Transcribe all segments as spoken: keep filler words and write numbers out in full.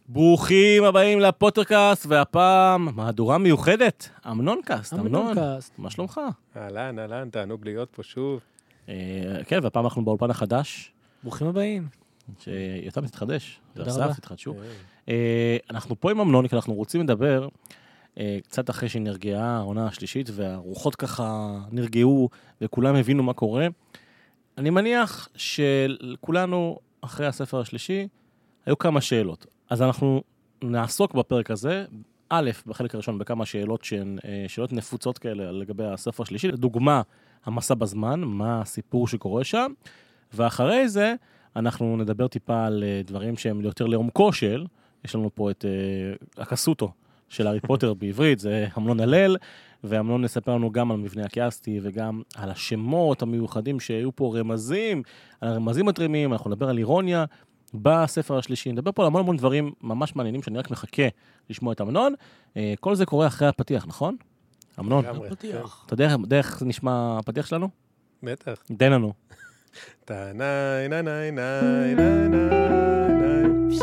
ברוכים הבאים לפוטרקאסט, והפעם מהדורה מיוחדת, אמנונקאסט. אמנון, מה שלומך? אהלן, אהלן, תענוג להיות פה שוב. כן, והפעם אנחנו באולפן החדש. ברוכים הבאים. שיותם תתחדש, תודה ואסף רבה. תתחדשו. אנחנו פה עם אמנון, כי אנחנו רוצים לדבר קצת אחרי שנרגעה העונה השלישית, והרוחות ככה נרגעו, וכולם הבינו מה קורה. אני מניח שכולנו, אחרי הספר השלישי, היו כמה שאלות. אז אנחנו נעסוק בפרק הזה, א', בחלק הראשון, בכמה שאלות שהן שאלות נפוצות כאלה לגבי הספר השלישי. לדוגמה, המסע בזמן, מה הסיפור שקורה שם, ואחרי זה אנחנו נדבר טיפה על דברים שהם יותר לעומקו של, יש לנו פה את uh, הקסוטו של הארי פוטר בעברית, זה אמנון הלל, ואמנון נספר לנו גם על מבנה הקיאסטי, וגם על השמות המיוחדים שהיו פה רמזים, על הרמזים התרימים, אנחנו נדבר על אירוניה, בספר השלישי, נדבר פה על המון המון דברים ממש מעניינים, שאני רק מחכה לשמוע את אמנון. כל זה קורה אחרי הפתיח, נכון? אמנון, אתה יודע איך נשמע הפתיח שלנו? בטח. תן לנו. תנאי, נאי, נאי, נאי, נאי, נאי.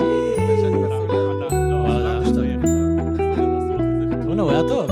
הוא היה טוב.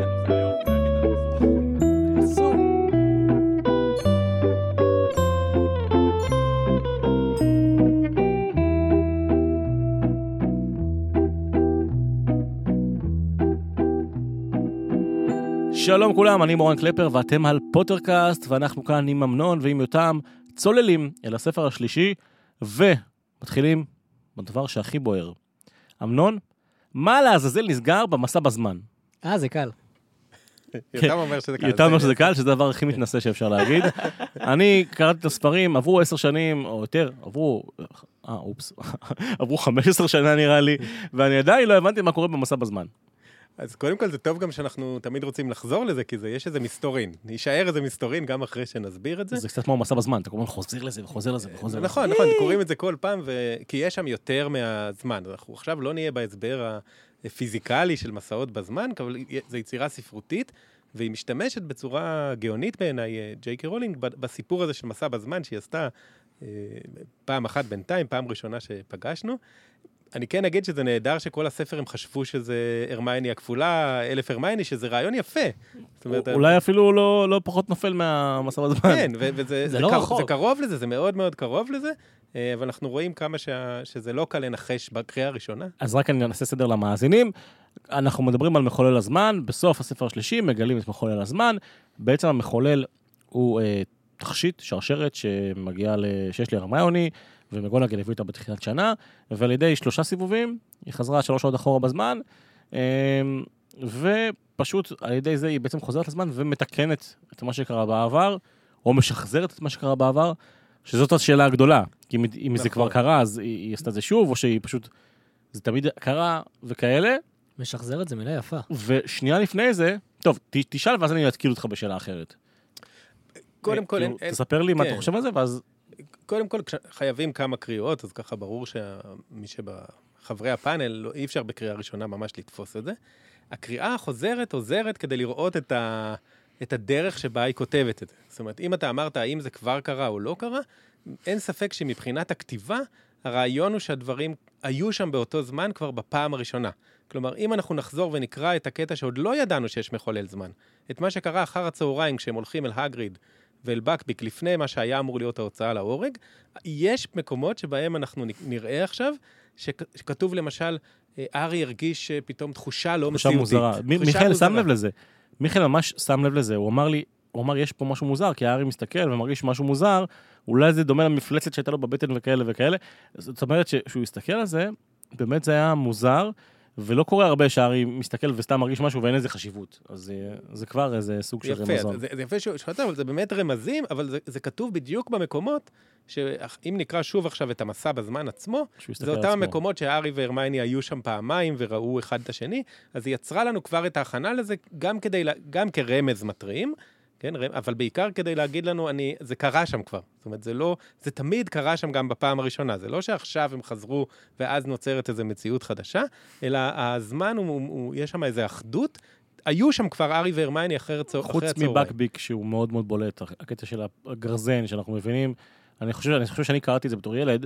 שלום כולם, אני מורן קלפר ואתם על פוטרקאסט, ואנחנו כאן עם אמנון ועם יותם צוללים אל הספר השלישי, ומתחילים בדבר שהכי בוער. אמנון, מה לעזאזל נסגר במסע בזמן? אה, זה קל. יותם אומר שזה קל. יותם אומר שזה קל, שזה הדבר הכי מתנשא שאפשר להגיד. אני קראתי את הספרים, עברו עשר שנים, או יותר, עברו, אה, אופס, עברו חמש עשרה שנה נראה לי, ואני עדיין לא הבנתי מה קורה במסע בזמן. אז קודם כל זה טוב גם שאנחנו תמיד רוצים לחזור לזה, כי זה, יש איזה מסתורין. יישאר איזה מסתורין גם אחרי שנסביר את זה. זה קצת כמו מסע בזמן, אתה כמובן חוזר לזה וחוזר לזה וחוזר לזה. נכון, נכון, קוראים את זה כל פעם, ו... כי יש שם יותר מהזמן. אנחנו עכשיו לא נהיה בהסבר הפיזיקלי של מסעות בזמן, אבל זו יצירה ספרותית, והיא משתמשת בצורה גאונית בעיניי, ג'יי קיי רולינג, בסיפור הזה של מסע בזמן, שהיא עשתה פעם אחת בינתיים, פעם ראשונה שפגשנו. אני כן אגיד שזה נהדר שכל הספר הם חשבו שזה הרמייני הכפולה, אלף הרמייני, שזה רעיון יפה. אולי אפילו לא פחות נופל מהמסע בזמן. כן, וזה קרוב לזה, זה מאוד מאוד קרוב לזה, אבל אנחנו רואים כמה שזה לא קל לנחש בקריאה הראשונה. אז רק אני אנסה סדר למאזינים. אנחנו מדברים על מחולל הזמן, בסוף הספר השלישי מגלים את מחולל הזמן. בעצם המחולל הוא תכשיט, שרשרת שמגיעה שיש להרמיוני, ומגונגל הביא אותה בתחילת שנה, ועל ידי שלושה סיבובים, היא חזרה שלוש שעות אחורה בזמן, ופשוט על ידי זה היא בעצם חוזרת לזמן, ומתקנת את מה שקרה בעבר, או משחזרת את מה שקרה בעבר, שזאת השאלה הגדולה, כי אם זה כבר קרה, אז היא עשתה את זה שוב, או שהיא פשוט, זה תמיד קרה וכאלה. משחזרת זה מילה יפה. ושנייה לפני זה, טוב, תשאל, ואז אני אתקיל אותך בשאלה אחרת. קודם כל, תספר לי מה אתה חושב על זה, ואז... קודם כל, חייבים כמה קריאות, אז ככה ברור שמי שבחברי הפאנל, אי אפשר בקריאה ראשונה ממש לתפוס את זה. הקריאה החוזרת עוזרת כדי לראות את, ה, את הדרך שבה היא כותבת את זה. זאת אומרת, אם אתה אמרת האם זה כבר קרה או לא קרה, אין ספק שמבחינת הכתיבה, הרעיון הוא שהדברים היו שם באותו זמן כבר בפעם הראשונה. כלומר, אם אנחנו נחזור ונקרא את הקטע שעוד לא ידענו שיש מחולל זמן, את מה שקרה אחר הצהריים כשהם הולכים אל הגריד, ואל בקביק, לפני מה שהיה אמור להיות ההוצאה להורג, יש מקומות שבהם אנחנו נראה עכשיו, שכתוב למשל, ארי הרגיש פתאום תחושה לא מציאותית. מוזרה. מיכאל שם לב לזה. מיכאל ממש שם לב לזה. הוא אמר לי, הוא אמר, יש פה משהו מוזר, כי ארי מסתכל ומרגיש משהו מוזר, אולי זה דומה למפלצת שהייתה לו בבטן וכאלה וכאלה. זאת אומרת שהוא יסתכל על זה, באמת זה היה מוזר, ולא קורה הרבה שהארי מסתכל וסתם מרגיש משהו ואין איזה חשיבות. אז זה כבר איזה סוג של רמזון. זה יפה שאתה, אבל זה באמת רמזים, אבל זה, זה כתוב בדיוק במקומות, שאם נקרא שוב עכשיו את המסע בזמן עצמו, זה אותם המקומות שהארי והרמייני היו שם פעמיים וראו אחד את השני, אז היא יצרה לנו כבר את ההכנה לזה, גם כדי, גם כרמז מטרים, כן, אבל בעיקר כדי להגיד לנו, אני, זה קרה שם כבר. זאת אומרת, זה לא, זה תמיד קרה שם גם בפעם הראשונה. זה לא שעכשיו הם חזרו ואז נוצרת איזו מציאות חדשה, אלא הזמן, הוא, הוא, יש שם איזו אחדות. היו שם כבר ארי והרמייני אחרי הצהריים. חוץ מבקביק, שהוא מאוד מאוד בולט, הקטע של הגרזן, שאנחנו מבינים, אני חושב, אני חושב שאני קראתי את זה בתור ילד,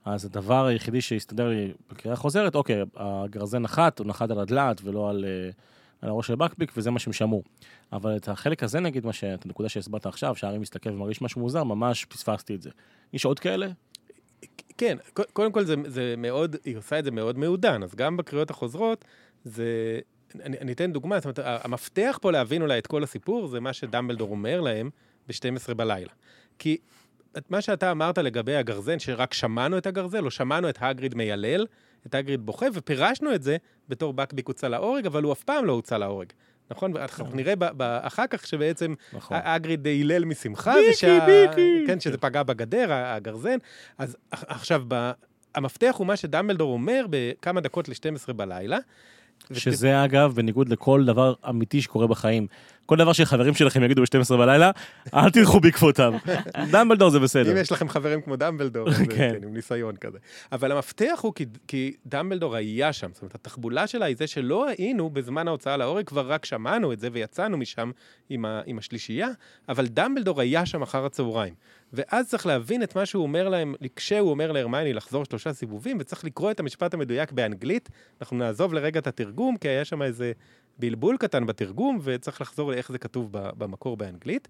אז הדבר היחידי שהסתדר לי בקריאה חוזרת, אוקיי, הגרזן נחת, הוא נחת על הדלת ולא על, על הראש של בקביק, וזה מה שהם שמעו. אבל את החלק הזה, נגיד, מה שאת הנקודה שהסברת עכשיו, שהארי מסתכל ומרגיש משהו מוזר, ממש פספסתי את זה. יש עוד כאלה? כן, קודם כל זה, זה מאוד, היא עושה את זה מאוד מעודן, אז גם בקריאות החוזרות, זה, אני, אני אתן דוגמה, זאת אומרת, המפתח פה להבין אולי את כל הסיפור, זה מה שדמבלדור אומר להם ב-שתים עשרה בלילה. כי מה שאתה אמרת לגבי הגרזן, שרק שמענו את הגרזן, או שמענו את הגריד מיילל, את הגריד בוכה, ופירשנו את זה בתור בקביק הוצא להורג, אבל הוא אף פעם לא הוצא להורג. נכון? ואנחנו נראה אחר כך שבעצם הגריד הילל משמחה, כן, שזה פגע בגדר, הגרזן. אז עכשיו, המפתח הוא מה שדמבלדור אומר בכמה דקות ל-שתים עשרה בלילה. שזה אגב, בניגוד לכל דבר אמיתי שקורה בחיים, כל דבר שחברים שלכם יגידו ב-שתים עשרה בלילה, אל תלכו בעקבותיו. דמבלדור זה בסדר. אם יש לכם חברים כמו דמבלדור, זה כן, עם ניסיון כזה. אבל המפתח הוא כי, כי דמבלדור היה שם. זאת אומרת, התחבולה שלה היא זה שלא היינו בזמן ההוצאה להורג, כבר רק שמענו את זה ויצאנו משם עם, ה, עם השלישייה, אבל דמבלדור היה שם אחר הצהריים. ואז צריך להבין את מה שהוא אומר להם, כשהוא אומר להרמיוני לחזור שלושה סיבובים, וצריך לקרוא את המשפט המדויק באנגלית. אנחנו נעזוב לרגע את התרגום, כי היה שם איזה בלבול קטן בתרגום, וצריך לחזור לאיך זה כתוב במקור באנגלית.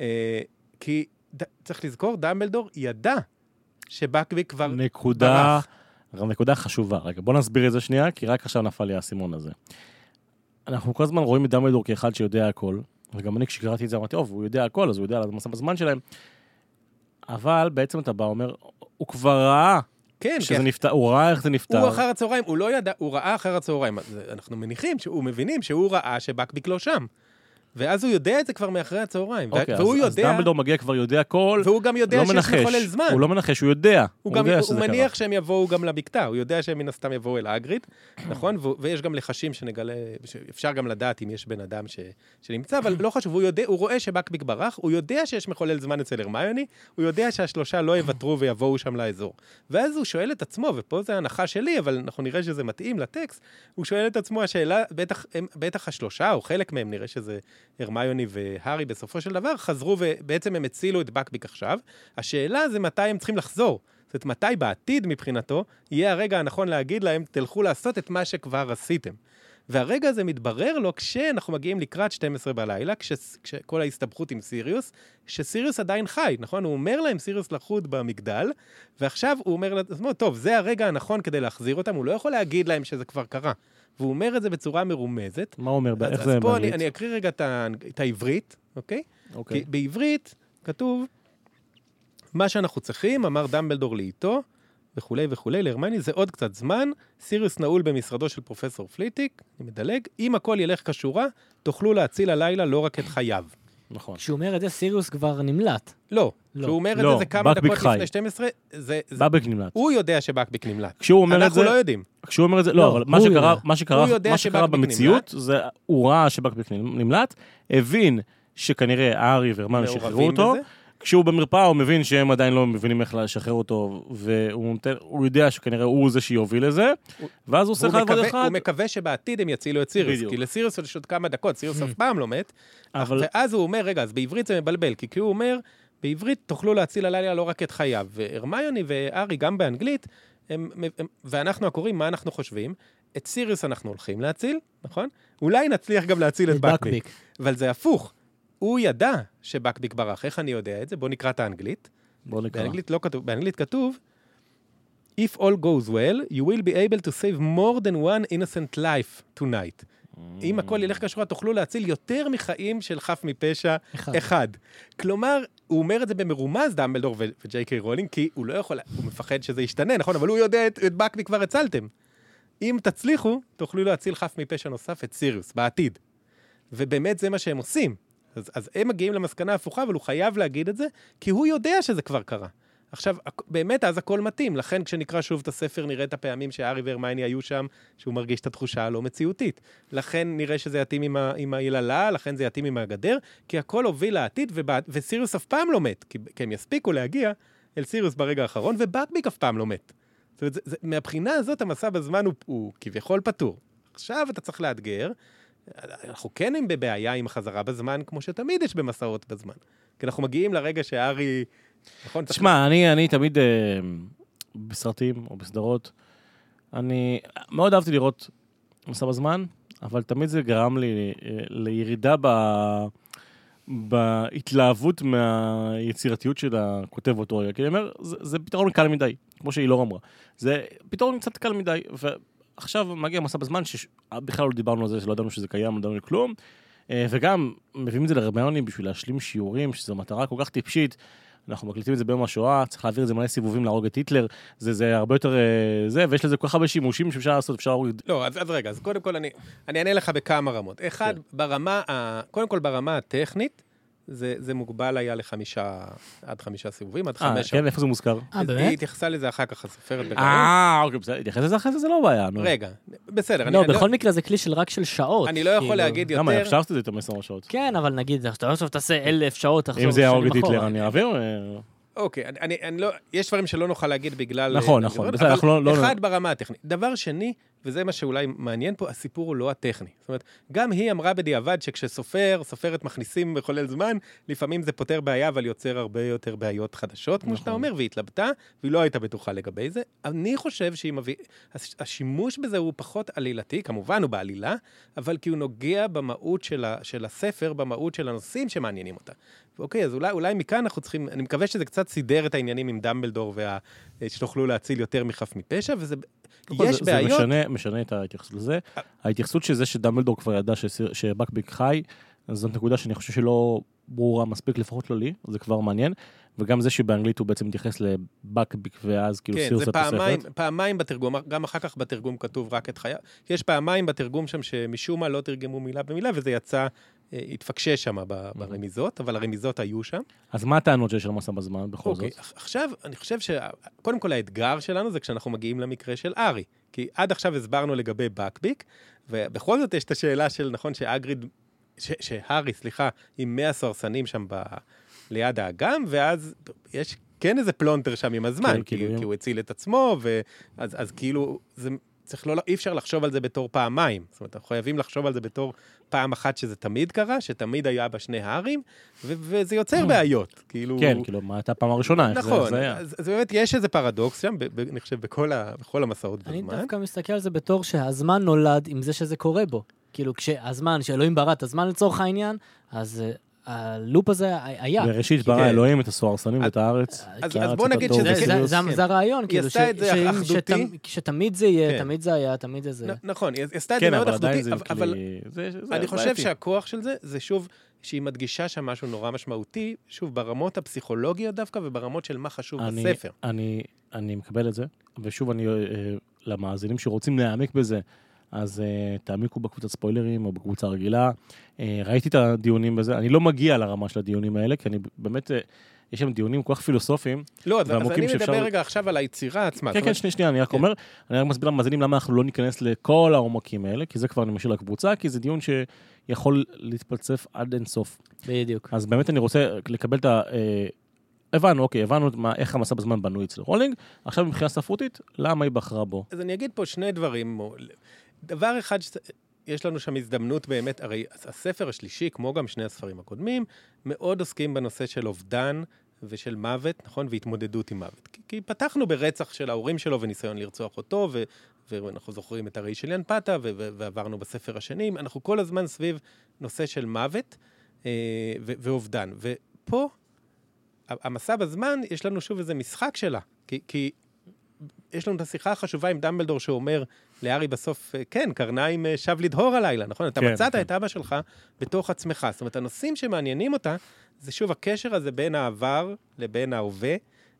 כי צריך לזכור, דמבלדור ידע שבקביק כבר נקודה, ברח. נקודה חשובה. רגע, בוא נסביר את זה שנייה, כי רק עכשיו נפל לי הסימון הזה. אנחנו כל הזמן רואים את דמבלדור כאחד שיודע הכל, וגם אני כשקראתי את זה אמרתי, טוב, הוא יודע הכל, אז הוא יודע על המסע בזמן שלהם. אבל בעצם אתה בא, אומר, הוא כבר ראה כן, שזה כן. נפטר, הוא ראה איך זה נפטר. הוא אחר הצהריים, הוא לא ידע, הוא ראה אחר הצהריים. אנחנו מניחים, שהוא מבינים שהוא ראה שבקביק לא שם. ואז הוא יודע את זה כבר מאחרי הצהריים. אוקיי, והוא אז, יודע... אז דמבלדור מגיע כבר יודע הכל. והוא גם יודע לא שיש מנחש, מחולל זמן. הוא לא מנחש, הוא יודע. הוא, הוא, גם, יודע הוא, שזה הוא מניח קרה. שהם יבואו גם לבקתה, הוא יודע שהם מן הסתם יבואו אל הגריד, נכון? ו- ויש גם לחשים שנגלה, אפשר גם לדעת אם יש בן אדם ש- שנמצא, אבל לא חשוב, הוא, יודע, הוא רואה שבקביק ברח, הוא יודע שיש מחולל זמן אצל הרמיוני, הוא יודע שהשלושה לא יוותרו ויבואו שם לאזור. ואז הוא שואל את עצמו, ופה זה הנחה שלי, אבל אנחנו נראה שזה מתאים לטקסט, הוא שואל את עצמו השאלה, בטח, בטח השלושה, או חלק מהם נראה שזה הרמיוני והארי בסופו של דבר, חזרו ובעצם הם הצילו את בקביק עכשיו. השאלה זה מתי הם צריכים לחזור. זאת אומרת, מתי בעתיד מבחינתו יהיה הרגע הנכון להגיד להם, תלכו לעשות את מה שכבר עשיתם. והרגע הזה מתברר לו כשאנחנו מגיעים לקראת שתים עשרה בלילה, כש, כשכל ההסתבכות עם סיריוס, שסיריוס עדיין חי, נכון? הוא אומר להם סיריוס לחוד במגדל, ועכשיו הוא אומר לעצמו, טוב, זה הרגע הנכון כדי להחזיר אותם, הוא לא יכול להגיד להם שזה כבר קרה. והוא אומר את זה בצורה מרומזת. מה הוא אומר? אז, איך אז זה פה באנגלית? אני, אני אקריא רגע את, ה, את העברית, אוקיי? אוקיי. כי בעברית כתוב, מה שאנחנו צריכים, אמר דמבלדור לאיתו, וכולי וכולי, להרמיוני, זה עוד קצת זמן, סיריוס נעול במשרדו של פרופסור פליטיק, אני מדלג, אם הכל ילך כשורה, תוכלו להציל הלילה לא רק את חייו. נכון. כשהוא אומר את זה, סיריוס כבר נמלט. לא, לא. כשהוא אומר את לא, זה, זה כמה בקביק דקות חי. לפני שתים עשרה, זה, זה, בקביק נמלט. הוא יודע שבקביק נמלט. כשהוא אומר את אנחנו זה, לא יודעים. כשהוא אומר את זה, לא, לא, אבל מה הוא שקרה, יודע. מה שקרה, הוא יודע מה שקרה שבקביק במציאות, זה הוא ראה שבקביק נמלט, הבין שכנראה הארי והרמיוני שחררו מעורבים אותו, בזה. כשהוא במרפאה הוא מבין שהם עדיין לא מבינים איך לשחרר אותו, והוא נותן- הוא יודע שכנראה הוא זה שיוביל לזה, ואז הוא עושה הוא אחד ועוד מקווה- אחד, הוא מקווה שבעתיד הם יצילו את סיריוס, בדיוק. כי לסיריוס יש עוד כמה דקות, סיריוס אף פעם לא מת, אבל ואז הוא אומר, רגע, אז בעברית זה מבלבל, כי הוא אומר, בעברית תוכלו להציל הלילה לא רק את חייו, והרמיוני והארי גם באנגלית, הם, הם, ואנחנו הקוראים, מה אנחנו חושבים? את סיריוס אנחנו הולכים להציל, נכון? אולי נצליח גם להציל את את בקביק, בקביק. אבל זה הפוך. הוא ידע שבקביק ברח, איך אני יודע את זה? בוא נקרא את האנגלית. בוא נקרא. באנגלית לא כתוב, באנגלית כתוב, If all goes well, you will be able to save more than one innocent life tonight. אם הכל ילך כשורה, תוכלו להציל יותר מחיים של חף מפשע אחד. אחד. כלומר, הוא אומר את זה במרומז, דמבלדור ו- וג'יי קיי רולינג, כי הוא לא יכול, הוא מפחד שזה ישתנה, נכון? אבל הוא יודע את, את בקביק כבר הצלתם. אם תצליחו, תוכלו להציל חף מפשע נוסף את סיריוס, בעתיד. ובאמת זה מה שהם עושים. אז, אז הם מגיעים למסקנה הפוכה, אבל הוא חייב להגיד את זה, כי הוא יודע שזה כבר קרה. עכשיו, באמת, אז הכל מתאים. לכן, כשנקרא שוב את הספר, נראה את הפעמים שהארי והרמיוני היו שם, שהוא מרגיש את התחושה הלא מציאותית. לכן נראה שזה יתאים עם, ה, עם היללה, לכן זה יתאים עם הגדר, כי הכל הוביל לעתיד, ובא, וסיריוס אף פעם לא מת, כי, כי הם יספיקו להגיע אל סיריוס ברגע האחרון, ובקביק אף פעם לא מת. זאת אומרת, זה, זה, מהבחינה הזאת, המסע בזמן הוא, הוא כביכול פתור. עכשיו אתה צריך לאתגר, אנחנו כן הם בבעיה עם החזרה בזמן, כמו שתמיד יש במסעות בזמן. כי אנחנו מגיעים לרגע שהארי... נכון, תשמע, אני, אני תמיד, אה, בסרטים או בסדרות. אני מאוד אהבתי לראות מסע בזמן, אבל תמיד זה גרם לי לירידה ב... בהתלהבות מהיצירתיות של הכותב אותו רגע. כי אני אומר, זה, זה פתרון קל מדי, כמו שהיא לא אמרה. זה פתרון קצת קל מדי, ועכשיו מגיע מסע בזמן, שבכלל לא דיברנו על זה, שלא ידענו שזה קיים, לא ידענו לכלום, וגם מביאים את זה לרמיוני בשביל להשלים שיעורים, שזו מטרה כל כך טיפשית, אנחנו מקליטים את זה ביום השואה, צריך להעביר את זה מלא סיבובים להרוג את היטלר, זה, זה הרבה יותר זה, ויש לזה כל כך הרבה שימושים שאפשר לעשות, אפשר להרוג... לא, אז, אז רגע, אז קודם כל אני, אני אענה לך בכמה רמות. אחד, כן. ברמה, קודם כל ברמה הטכנית, זה, זה מוגבל היה לחמישה, עד חמישה סיבובים, עד חמש שעות. כן, איפה זה מוזכר? אה, באמת? היא התייחסה לזה אחר כך, הסופרת בגלל. אה, אוקיי, בסדר, התייחס לזה אחרי זה, זה לא בעיה. רגע, בסדר. לא, בכל מקרה זה כלי של רק של שעות. אני לא יכול להגיד יותר... למה, אפשר לעשות את זה עשרה שעות? כן, אבל נגיד, אתה לא חושב תעשה אלף שעות, תחזור אם זה שנים יהרוג את אחורה. היטלר, אני אעביר? אוקיי, אני, אני לא, יש דברים שלא נוכל להגיד בגלל... נכון, נכון, בסדר, אנחנו לא... אחד לא... ברמה הטכנית. דבר שני, וזה מה שאולי מעניין פה, הסיפור הוא לא הטכני. זאת אומרת, גם היא אמרה בדיעבד שכשסופר, סופרת מכניסים בחולל זמן, לפעמים זה פותר בעיה, אבל יוצר הרבה יותר בעיות חדשות, כמו נכון. שאתה אומר, והיא התלבטה, והיא לא הייתה בטוחה לגבי זה. אני חושב שהיא מביא... השימוש בזה הוא פחות עלילתי, כמובן הוא בעלילה, אבל כי הוא נוגע במהות של, ה... של הספר, במהות של הנושאים שמעניינים אותה. אוקיי, אז אולי, אולי מכאן אנחנו צריכים, אני מקווה שזה קצת סידר את העניינים עם דמבלדור, וה, שתוכלו להציל יותר מחף מפשע, וזה, יש זה, בעיות. זה משנה, משנה את ההתייחסות לזה. ההתייחסות שזה שדמבלדור כבר ידע שבקביק חי, אז זאת נקודה שאני חושב שלא ברורה מספיק, לפחות לא לי, זה כבר מעניין, וגם זה שבאנגלית הוא בעצם מתייחס לבקביק, ואז כאילו כן, סירוס זה פעמיים, התוספת. פעמיים בתרגום, גם אחר כך בתרגום כתוב רק את חיה, יש פעמיים בתרגום שם שמשום מה לא תרגמו מילה במילה, וזה יצא... התפקשש שם ברמיזות, אבל הרמיזות היו שם. אז מה הטענות שיש על מסע בזמן בכל זאת? עכשיו, אני חושב שקודם כל האתגר שלנו זה כשאנחנו מגיעים למקרה של ארי, כי עד עכשיו הסברנו לגבי בקביק, ובכל זאת יש את השאלה של, נכון, שאגריד, שהארי, סליחה, עם מאה סוהרסנים שם ליד האגם, ואז יש כן איזה פלונטר שם עם הזמן, כי הוא הציל את עצמו, ואז כאילו זה... צריך לא, אי אפשר לחשוב על זה בתור פעמיים. זאת אומרת, אנחנו חייבים לחשוב על זה בתור פעם אחת שזה תמיד קרה, שתמיד היה בשני הערים, ו- וזה יוצר בעיות. כאילו... כן, כאילו, מה הייתה הפעם הראשונה? נכון. אז, אז באמת יש איזה פרדוקס שם, ב- ב- אני חושב, בכל, ה- בכל המסעות בזמן. אני דווקא מסתכל על זה בתור שהזמן נולד עם זה שזה קורה בו. כאילו, כשהזמן, שאלוהים ברא את הזמן לצורך העניין, אז... הלופ הזה היה. בראשית ברא אלוהים את הסוהרסנים ואת הארץ. אז בוא נגיד שזה... זה הרעיון, כאילו, אחדותי. שתמיד זה יהיה, תמיד זה היה, תמיד זה זה. נכון, היא עשתה את זה מאוד אחדותי, אבל אני חושב בעייתי. שהכוח של זה, זה שוב, שהיא מדגישה שם משהו נורא משמעותי, שוב, ברמות הפסיכולוגיות דווקא, וברמות של מה חשוב בספר. אני מקבל את זה, ושוב, אני, למאזינים שרוצים להעמיק בזה, אז uh, תעמיקו בקבוצת ספוילרים או בקבוצה רגילה. Uh, ראיתי את הדיונים בזה, אני לא מגיע לרמה של הדיונים האלה, כי אני באמת, uh, יש שם דיונים כל כך פילוסופיים. לא, אז, אז אני שאפשר... מדבר רגע עכשיו על היצירה עצמה. כן, כן, שנייה, שנייה, אני רק כן. אומר, אני רק מסביר למאזינים למה אנחנו לא ניכנס לכל העומקים האלה, כי זה כבר אני משאיר לקבוצה, כי זה דיון שיכול להתפלצף עד אין סוף. בדיוק. אז באמת אני רוצה לקבל את ה... Uh, הבנו, אוקיי, הבנו מה, איך המסע בזמן בנוי אצל רולינג, עכשיו מבחינה ספרותית, למה היא בחרה בו? אז אני אגיד פה שני דברים. דבר אחד, יש לנו שם הזדמנות באמת, הרי הספר השלישי, כמו גם שני הספרים הקודמים, מאוד עוסקים בנושא של אובדן ושל מוות, נכון? והתמודדות עם מוות. כי, כי פתחנו ברצח של ההורים שלו וניסיון לרצוח אותו, ו, ואנחנו זוכרים את הרי של ינפתה, ו, ו, ועברנו בספר השני, אנחנו כל הזמן סביב נושא של מוות אה, ו, ואובדן. ופה, המסע בזמן, יש לנו שוב איזה משחק שלה, כי, כי יש לנו את השיחה החשובה עם דמבלדור שאומר לארי בסוף, כן, קרניים שב לדהור הלילה, נכון? אתה כן, מצאת כן. את אבא שלך בתוך עצמך. זאת אומרת, הנושאים שמעניינים אותה, זה שוב הקשר הזה בין העבר לבין ההווה,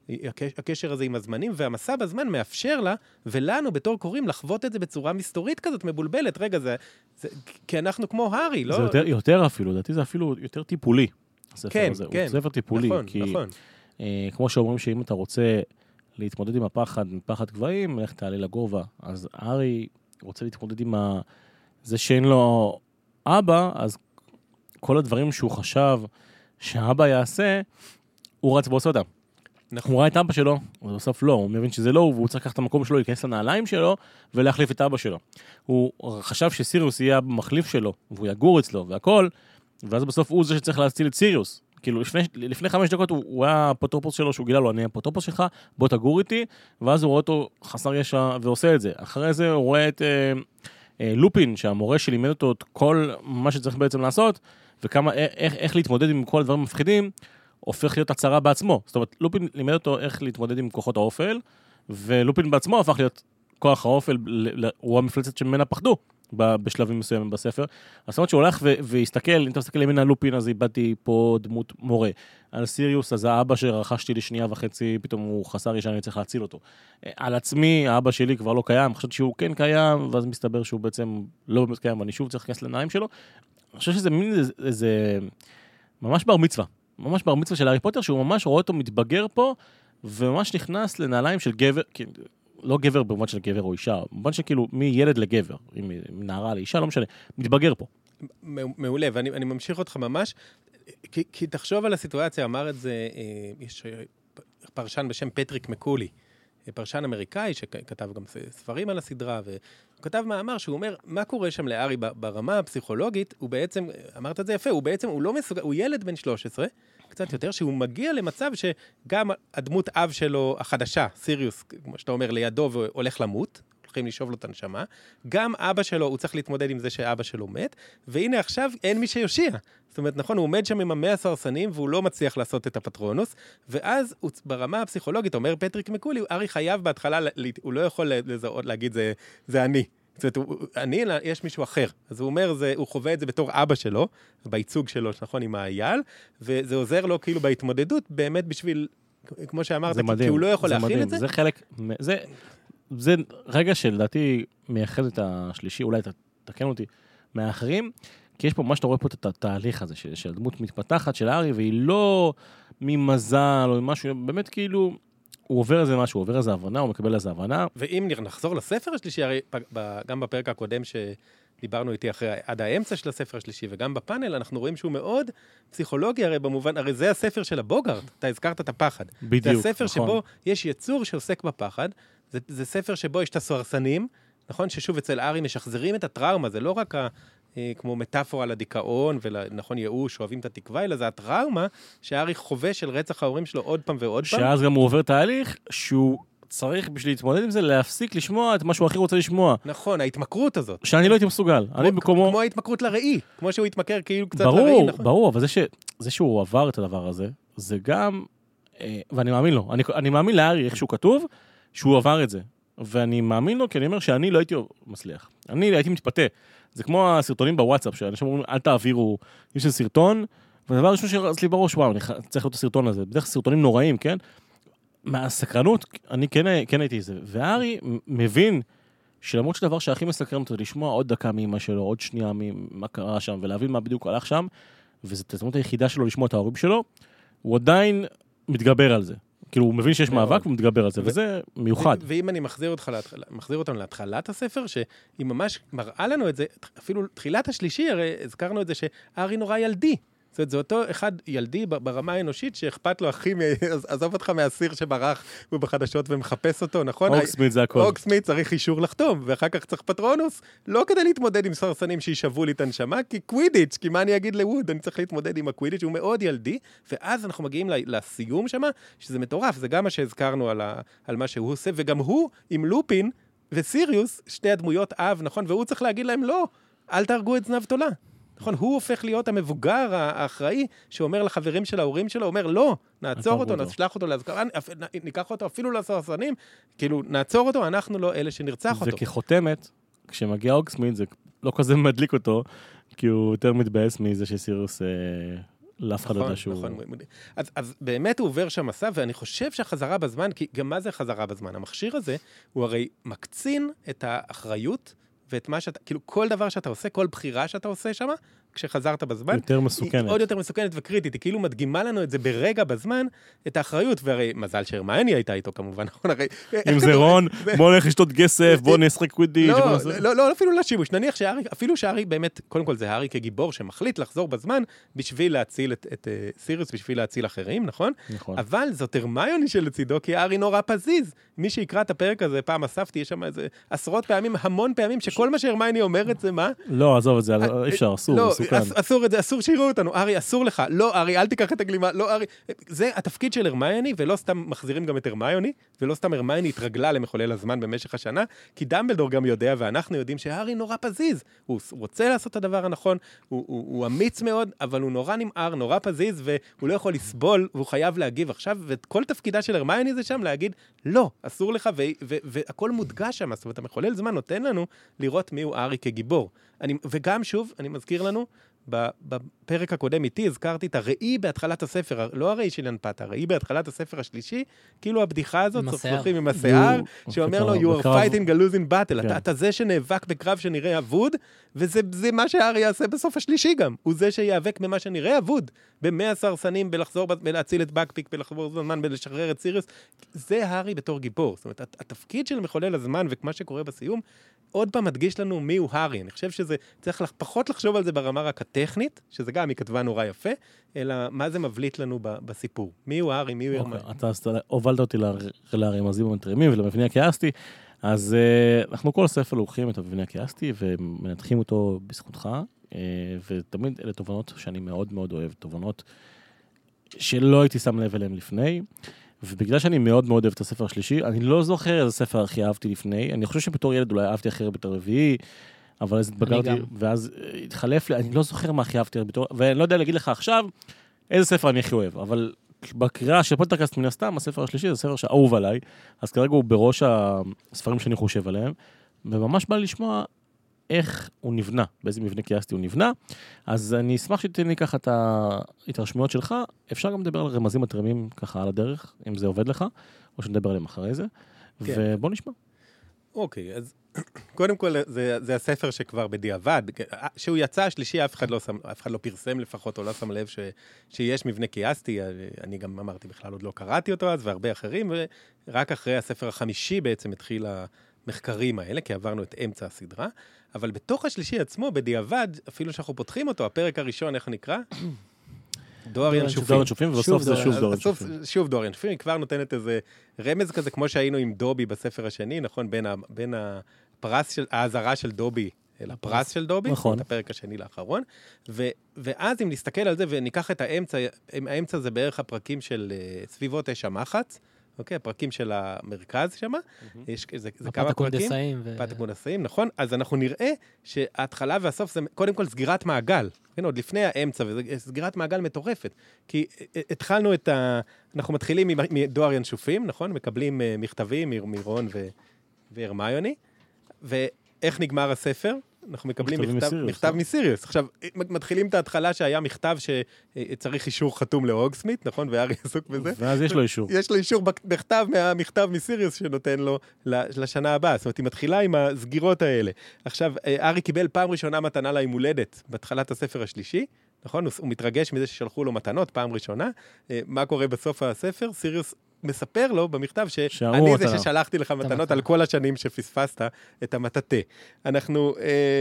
הקשר הזה עם הזמנים, והמסע בזמן מאפשר לה, ולנו בתור קוראים לחוות את זה בצורה מסתורית כזאת, מבולבלת. רגע, זה, זה כי אנחנו כמו הארי, לא? זה יותר, יותר אפילו, דעתי זה אפילו יותר טיפולי. כן, הזה. כן. הוא ספר טיפולי, נכון, כי נכון. אה, כמו שאומרים שאם אתה רוצה להתמודד עם הפחד, מפחד גבהים, לך תעלה לגובה. אז הארי רוצה להתמודד עם ה... זה שאין לו אבא, אז כל הדברים שהוא חשב שהאבא יעשה, הוא רץ ועושה אותם. נכון. הוא ראה את אבא שלו, אבל בסוף לא, הוא מבין שזה לא, והוא צריך לקחת את המקום שלו, להיכנס לנעליים שלו, ולהחליף את אבא שלו. הוא חשב שסיריוס יהיה המחליף שלו, והוא יגור אצלו, והכל, ואז בסוף הוא זה שצריך להציל את סיריוס, כאילו, לפני, לפני חמש דקות הוא, הוא היה אפוטרופוס שלו, שהוא גילה לו, אני אפוטרופוס שלך, בוא תגור איתי, ואז הוא רואה אותו חסר ישע ועושה את זה. אחרי זה הוא רואה את אה, אה, לופין, שהמורה שלימד אותו את כל מה שצריך בעצם לעשות, וכמה, איך, איך להתמודד עם כל הדברים המפחידים, הופך להיות הצהרה בעצמו. זאת אומרת, לופין לימד אותו איך להתמודד עם כוחות האופל, ולופין בעצמו הפך להיות כוח האופל, הוא המפלצת שממנה פחדו בשלבים מסוימים בספר. זאת אומרת שהוא הולך והסתכל, אם אתה מסתכל למינה לופין, אז איבדתי פה דמות מורה. על סיריוס, אז האבא שרכשתי לי שנייה וחצי, פתאום הוא חסר לי שאני צריך להציל אותו. על עצמי, האבא שלי כבר לא קיים, חשבתי שהוא כן קיים, ואז מסתבר שהוא בעצם לא באמת קיים, ואני שוב צריך להיכנס לנעיים שלו. אני חושב שזה מין איזה, ממש בר מצווה. ממש בר מצווה של הארי פוטר, שהוא ממש רואה אותו מתבגר פה, וממש נכנס לנעליים של גבר, לא גבר במובן של גבר או אישה, במובן שכאילו מילד לגבר, מנערה לאישה, לא משנה, מתבגר פה. מעולה, ואני אני ממשיך אותך ממש, כי, כי תחשוב על הסיטואציה, אמר את זה, יש פרשן בשם פטריק מקולי, פרשן אמריקאי שכתב גם ספרים על הסדרה, והוא כתב מאמר שהוא אומר, מה קורה שם לארי ברמה הפסיכולוגית, הוא בעצם, אמרת את זה יפה, הוא בעצם, הוא לא מסוגל, הוא ילד בן שלוש עשרה, קצת יותר, שהוא מגיע למצב שגם הדמות אב שלו החדשה, סיריוס, כמו שאתה אומר, לידו והולך למות, הולכים לשאוב לו את הנשמה, גם אבא שלו, הוא צריך להתמודד עם זה שאבא שלו מת, והנה עכשיו אין מי שיושיע. זאת אומרת, נכון, הוא עומד שם עם המאה סרסנים, והוא לא מצליח לעשות את הפטרונוס, ואז הוא, ברמה הפסיכולוגית, אומר פטריק מקולי, ארי חייב בהתחלה, הוא לא יכול לזהות, להגיד, זה, זה אני. זאת אומרת, אני, יש מישהו אחר. אז הוא אומר, זה, הוא חווה את זה בתור אבא שלו, בייצוג שלו, נכון, עם האייל, וזה עוזר לו כאילו בהתמודדות, באמת בשביל, כמו שאמרת, כי, כי הוא לא יכול להכיל מדהים. את זה. זה חלק, זה, זה רגע שלדעתי מייחד את השלישי, אולי תתקן אותי, מהאחרים, כי יש פה מה שאתה רואה פה את התהליך הזה, של, של דמות מתפתחת של הארי, והיא לא ממזל או משהו, באמת כאילו, הוא עובר איזה משהו, הוא עובר איזה הבנה, הוא מקבל איזה הבנה. ואם נחזור לספר השלישי, הרי גם בפרק הקודם שדיברנו איתי אחרי, עד האמצע של הספר השלישי, וגם בפאנל, אנחנו רואים שהוא מאוד פסיכולוגי, הרי במובן, הרי זה הספר של הבוגארד, אתה הזכרת את הפחד. בדיוק, זה הספר נכון. שבו יש יצור שעוסק בפחד, זה, זה ספר שבו יש את הסוהרסנים, נכון, ששוב אצל הארי משחזרים את הטראומה, זה לא רק ה... כמו מטאפורה לדיכאון ונכון ייאוש, אוהבים את התקווה, אלא זה הטראומה שהארי חווה של רצח ההורים שלו עוד פעם ועוד פעם. שאז גם הוא עובר תהליך שהוא צריך בשביל להתמודד עם זה, להפסיק לשמוע את מה שהוא הכי רוצה לשמוע. נכון, ההתמכרות הזאת. שאני לא הייתי מסוגל. אני במקומו... כמו ההתמכרות לראי, כמו שהוא התמכר כאילו קצת ברור, לראי, נכון? ברור, אבל זה, ש... זה שהוא עבר את הדבר הזה, זה גם, ואני מאמין לו, אני, אני מאמין לארי, איך שהוא כתוב, שהוא עבר את זה. ואני מאמין לו, כי אני אומר שאני לא הייתי מצליח. אני הייתי מתפתה. זה כמו הסרטונים בוואטסאפ, שאנשים אומרים, אל תעבירו, יש איזה סרטון, והדבר הראשון שרץ לי בראש, וואו, אני צריך לראות את הסרטון הזה. בדרך כלל סרטונים נוראים, כן? מהסקרנות, אני כן, כן הייתי זה. והארי מבין שלמרות שדבר שהכי מסקרן אותו, לשמוע עוד דקה מאמא שלו, עוד שנייה מה קרה שם, ולהבין מה בדיוק הלך שם, וזו תזמות היחידה שלו לשמוע את ההורים שלו, הוא עדיין מתגבר על זה. כאילו, הוא מבין שיש מאבק, הוא מתגבר על זה, וזה מיוחד. ואם אני מחזיר אותם להתחלת הספר, שהיא ממש מראה לנו את זה, אפילו תחילת השלישי, הרי הזכרנו את זה שהארי נורא ילדי. זאת אומרת, זה אותו אחד ילדי ברמה האנושית, שאכפת לו הכי, עזוב אותך מהסיר שברח בחדשות ומחפש אותו, נכון? אוקסמית זה הכל. אוקסמית צריך אישור לחתום, ואחר כך צריך פטרונוס, לא כדי להתמודד עם סרסנים שישבו לי את הנשמה, כי קווידיץ', כי מה אני אגיד לווד, אני צריך להתמודד עם הקווידיץ', הוא מאוד ילדי, ואז אנחנו מגיעים לסיום שמה, שזה מטורף, זה גם מה שהזכרנו על, ה, על מה שהוא עושה, וגם הוא עם לופין וסיריוס, שתי הדמויות אב, נכון? והוא צריך להגיד להם, לא, אל תהרגו את זנב תולה. נכון, הוא הופך להיות המבוגר האחראי, שאומר לחברים של ההורים שלו, אומר, לא, נעצור אותו, נשלח אותו להזכרה, ניקח אותו אפילו לסרסנים, כאילו, נעצור אותו, אנחנו לא אלה שנרצח אותו. וכחותמת, כשמגיע אוקסמית, זה לא כזה מדליק אותו, כי הוא יותר מתבאס מזה שסיריוס לאף אחד יודע שהוא... נכון, נכון. אז, אז באמת הוא עובר שם מסע, ואני חושב שהחזרה בזמן, כי גם מה זה חזרה בזמן? המכשיר הזה, הוא הרי מקצין את האחריות, ואת מה שאתה, כאילו כל דבר שאתה עושה, כל בחירה שאתה עושה שם, כשחזרת בזמן, יותר מסוכנת. היא עוד יותר מסוכנת וקריטית, היא כאילו מדגימה לנו את זה ברגע בזמן, את האחריות, והרי מזל שהרמיוני הייתה איתו כמובן, נכון? הרי... אם זה רון, בוא נלך לשתות כסף, בוא נשחק קווידיץ'. לא, לא, אפילו לא שימוש, נניח שהארי, אפילו שהארי באמת, קודם כל זה הארי כגיבור שמחליט לחזור בזמן, בשביל להציל את סיריוס, בשביל להציל אחרים, נכון? נכון. אבל זאת הרמיוני שלצידו, כי הארי נורא פזיז. מי שיקרא את הפרק הזה, פעם אספתי, יש שם איזה עשרות פעמים, המון פעמים, שכל מה שהרמיוני אומרת זה מה? לא, עזוב את זה, אי אפשר, אסור. לא, מסוכן. אסור את זה, אסור שיראו אותנו, ארי, אסור לך, לא, ארי, אל תיקח את הגלימה, לא, ארי, זה התפקיד של הרמיוני, ולא סתם מחזירים גם את הרמיוני, ולא סתם הרמיוני התרגלה למחולל הזמן במשך השנה, כי דמבלדור גם יודע, ואנחנו יודעים שהארי נורא פזיז, הוא רוצה לעשות את הדבר הנכון, הוא, הוא, הוא אמיץ מאוד, אבל הוא נורא נמהר, נורא פזיז, והוא לא יכול לסבול, והוא חייב להגיב עכשיו, וכל תפקידה של הרמיוני זה שם להגיד, לא, אסור לך, ו- ו- והכל מודגש שם, זאת אומרת, המחולל זמן נותן לנו לראות מי הוא ארי כגיבור. אני, וגם שוב, אני מזכיר לנו, בפרק הקודם איתי הזכרתי את הראי בהתחלת הספר, לא הראי של ינפת, הראי בהתחלת הספר השלישי, כאילו הבדיחה הזאת, צופים עם השיער, שאומר לו, you are fighting a losing battle, אתה זה שנאבק בקרב שנראה אבוד, וזה מה שהארי יעשה בסוף השלישי גם, הוא זה שיאבק במה שנראה אבוד, במאה סרסנים, בלחזור, בלהציל את בקפיק, בלחזור זמן, בלשחרר את סיריוס, זה הארי בתור גיבור, זאת אומרת, התפקיד של מחולל הזמן וכמה שקורה בסיום, עוד פעם מדגיש לנו מי הוא הארי. אני חושב שזה, צריך פחות לחשוב על זה ברמה רק הטכנית, שזה גם היא כתבה נורא יפה, אלא מה זה מבליט לנו בסיפור. מי הוא הארי, מי הוא הרמיוני. אתה הובלת אותי לרמזים המתרימים ולמבנה הקיאסטי, אז אנחנו כל ספר לוקחים את המבנה הקיאסטי ומנתחים אותו בזכותך, ותמיד אלה תובנות שאני מאוד מאוד אוהב, תובנות שלא הייתי שם לב אליהם לפני, ובגלל שאני מאוד מאוד אוהב את הספר השלישי, אני לא זוכר איזה ספר הכי אהבתי לפני, אני חושב שבתור ילד אולי אהבתי אחר בתור רביעי, אבל אז התבגרתי, ואז התחלף לי, אני לא זוכר מה הכי אהבתי בתור, ואני לא יודע להגיד לך עכשיו איזה ספר אני הכי אוהב, אבל בקריאה של פודקאסט מן הסתם, הספר השלישי זה ספר שאהוב עליי, אז כרגע הוא בראש הספרים שאני חושב עליהם, וממש בא לשמוע איך הוא נבנה, באיזה מבנה קיאסטי הוא נבנה, אז אני אשמח שתתן לי ככה את ההתרשמויות שלך, אפשר גם לדבר על רמזים מתרימים ככה על הדרך, אם זה עובד לך, או שנדבר עליהם אחרי זה, כן. ובוא נשמע. אוקיי, אז קודם כל זה, זה הספר שכבר בדיעבד, שהוא יצא השלישי, אף אחד לא, שם, אף אחד לא פרסם לפחות, או לא שם לב ש, שיש מבנה קיאסטי, אני גם אמרתי בכלל עוד לא קראתי אותו אז, והרבה אחרים, ורק אחרי הספר החמישי בעצם התחיל המחקרים האלה, כי עברנו את אמצע הסדרה, אבל בתוך השלישי עצמו, בדיעבד, אפילו שאנחנו פותחים אותו, הפרק הראשון, איך נקרא? דואר ינשופים. דואר ינשופים, ובסוף זה שוב דואר ינשופים. שוב דואר ינשופים, היא כבר נותנת איזה רמז כזה, כמו שהיינו עם דובי בספר השני, נכון? בין הפרס של, ההזרה של דובי, אל הפרס של דובי, את הפרק השני לאחרון, ואז אם נסתכל על זה, וניקח את האמצע, האמצע זה בערך הפרקים של סביבות אש המחץ, אוקיי, הפרקים של המרכז שם, יש זה כמה פרקים, פת הקונדסאים, נכון? אז אנחנו נראה שההתחלה והסוף זה קודם כל סגירת מעגל, כן, עוד לפני האמצע, וזה סגירת מעגל מטורפת, כי התחלנו את ה... אנחנו מתחילים מדואר ינשופים, נכון? מקבלים מכתבים מרון והרמיוני, ואיך נגמר הספר? אנחנו מקבלים מכתב, מכתב מסיריוס. עכשיו, מתחילים את ההתחלה שהיה מכתב שצריך אישור חתום להוגסמית, נכון? והארי עסוק בזה. ואז יש לו אישור. יש לו אישור בכתב מהמכתב מסיריוס שנותן לו לשנה הבאה. זאת אומרת, היא מתחילה עם הסגירות האלה. עכשיו, הארי קיבל פעם ראשונה מתנה ליום הולדת בהתחלת הספר השלישי, נכון? הוא מתרגש מזה ששלחו לו מתנות פעם ראשונה. מה קורה בסוף הספר? סיריוס מספר לו במכתב שאני זה ששלחתי לך מתנות על כל השנים שפספסת את המטאטה. אנחנו,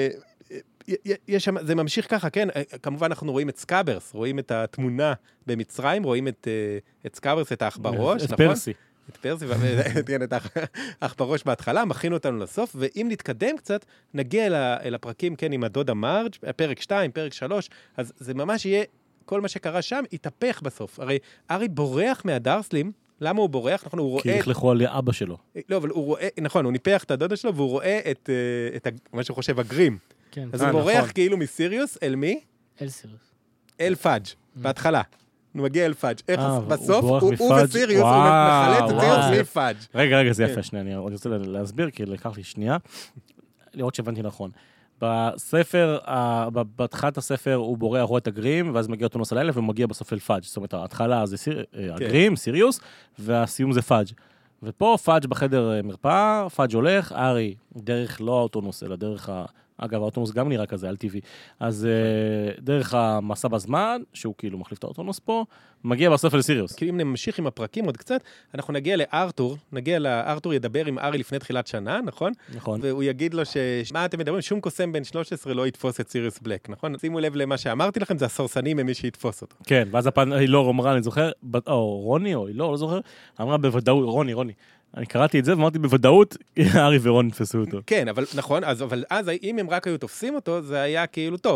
יש שם, זה ממשיך ככה, כן, כמובן אנחנו רואים את סקאברס, רואים את התמונה במצרים, רואים את, את סקאברס, את האחברוש, נכון? את פרסי. את פרסי, את האחברוש בהתחלה, מכין אותנו לסוף, ואם נתקדם קצת, נגיע אל הפרקים, כן, עם הדודה מרג', פרק שתיים, פרק שלוש, אז זה ממש יהיה, כל מה שקרה שם, יתהפך בסוף. הרי הארי בורח מהדרסלים, למה הוא בורח? נכון, הוא רואה... כי לכלכו על אבא שלו. לא, אבל הוא רואה, נכון, הוא ניפח את הדודה שלו, והוא רואה את, את מה שהוא חושב, הגרים. כן. אז הוא בורח כאילו מסיריוס, אל מי? אל סיריוס. אל פאג', בהתחלה. הוא מגיע אל פאג'. איך בסוף הוא וסיריוס, הוא מחלט את סיריוס מפאג'. רגע, רגע, זה יפה, שנייה, אני רוצה להסביר, כי לקח לי שנייה, לראות שהבנתי נכון. בספר, בהתחלת הספר הוא בורח, רואה את הגרים, ואז מגיע אותו נוס הלילה, ומגיע בסוף אל פאג'. זאת אומרת, ההתחלה זה הגרים, סיריוס, והסיום זה פאג'. ופה פאג' בחדר מרפאה, פאג' הולך, הארי, דרך לא האוטונוס, אלא דרך ה... אגב, האוטונוס גם נראה כזה, על טבעי. אז דרך המסע בזמן, שהוא כאילו מחליף את האוטונוס פה, מגיע בסוף לסיריוס. כאילו אם נמשיך עם הפרקים עוד קצת, אנחנו נגיע לארתור, נגיע לארתור ידבר עם הארי לפני תחילת שנה, נכון? נכון. והוא יגיד לו ש... מה אתם מדברים? שום קוסם בן שלוש עשרה לא יתפוס את סיריוס בלק, נכון? שימו לב למה שאמרתי לכם, זה הסורסנים ממי שיתפוס אותו. כן, ואז הפעם הילור אמרה, אני זוכר, או רוני או הילור, לא זוכר, אמרה בוודאות, רוני, רוני. אני קראתי את זה ואמרתי בוודאות, הארי ורון נתפסו אותו. כן, אבל נכון, אז, אבל אז אם הם רק היו תופסים אותו, זה היה כאילו טוב.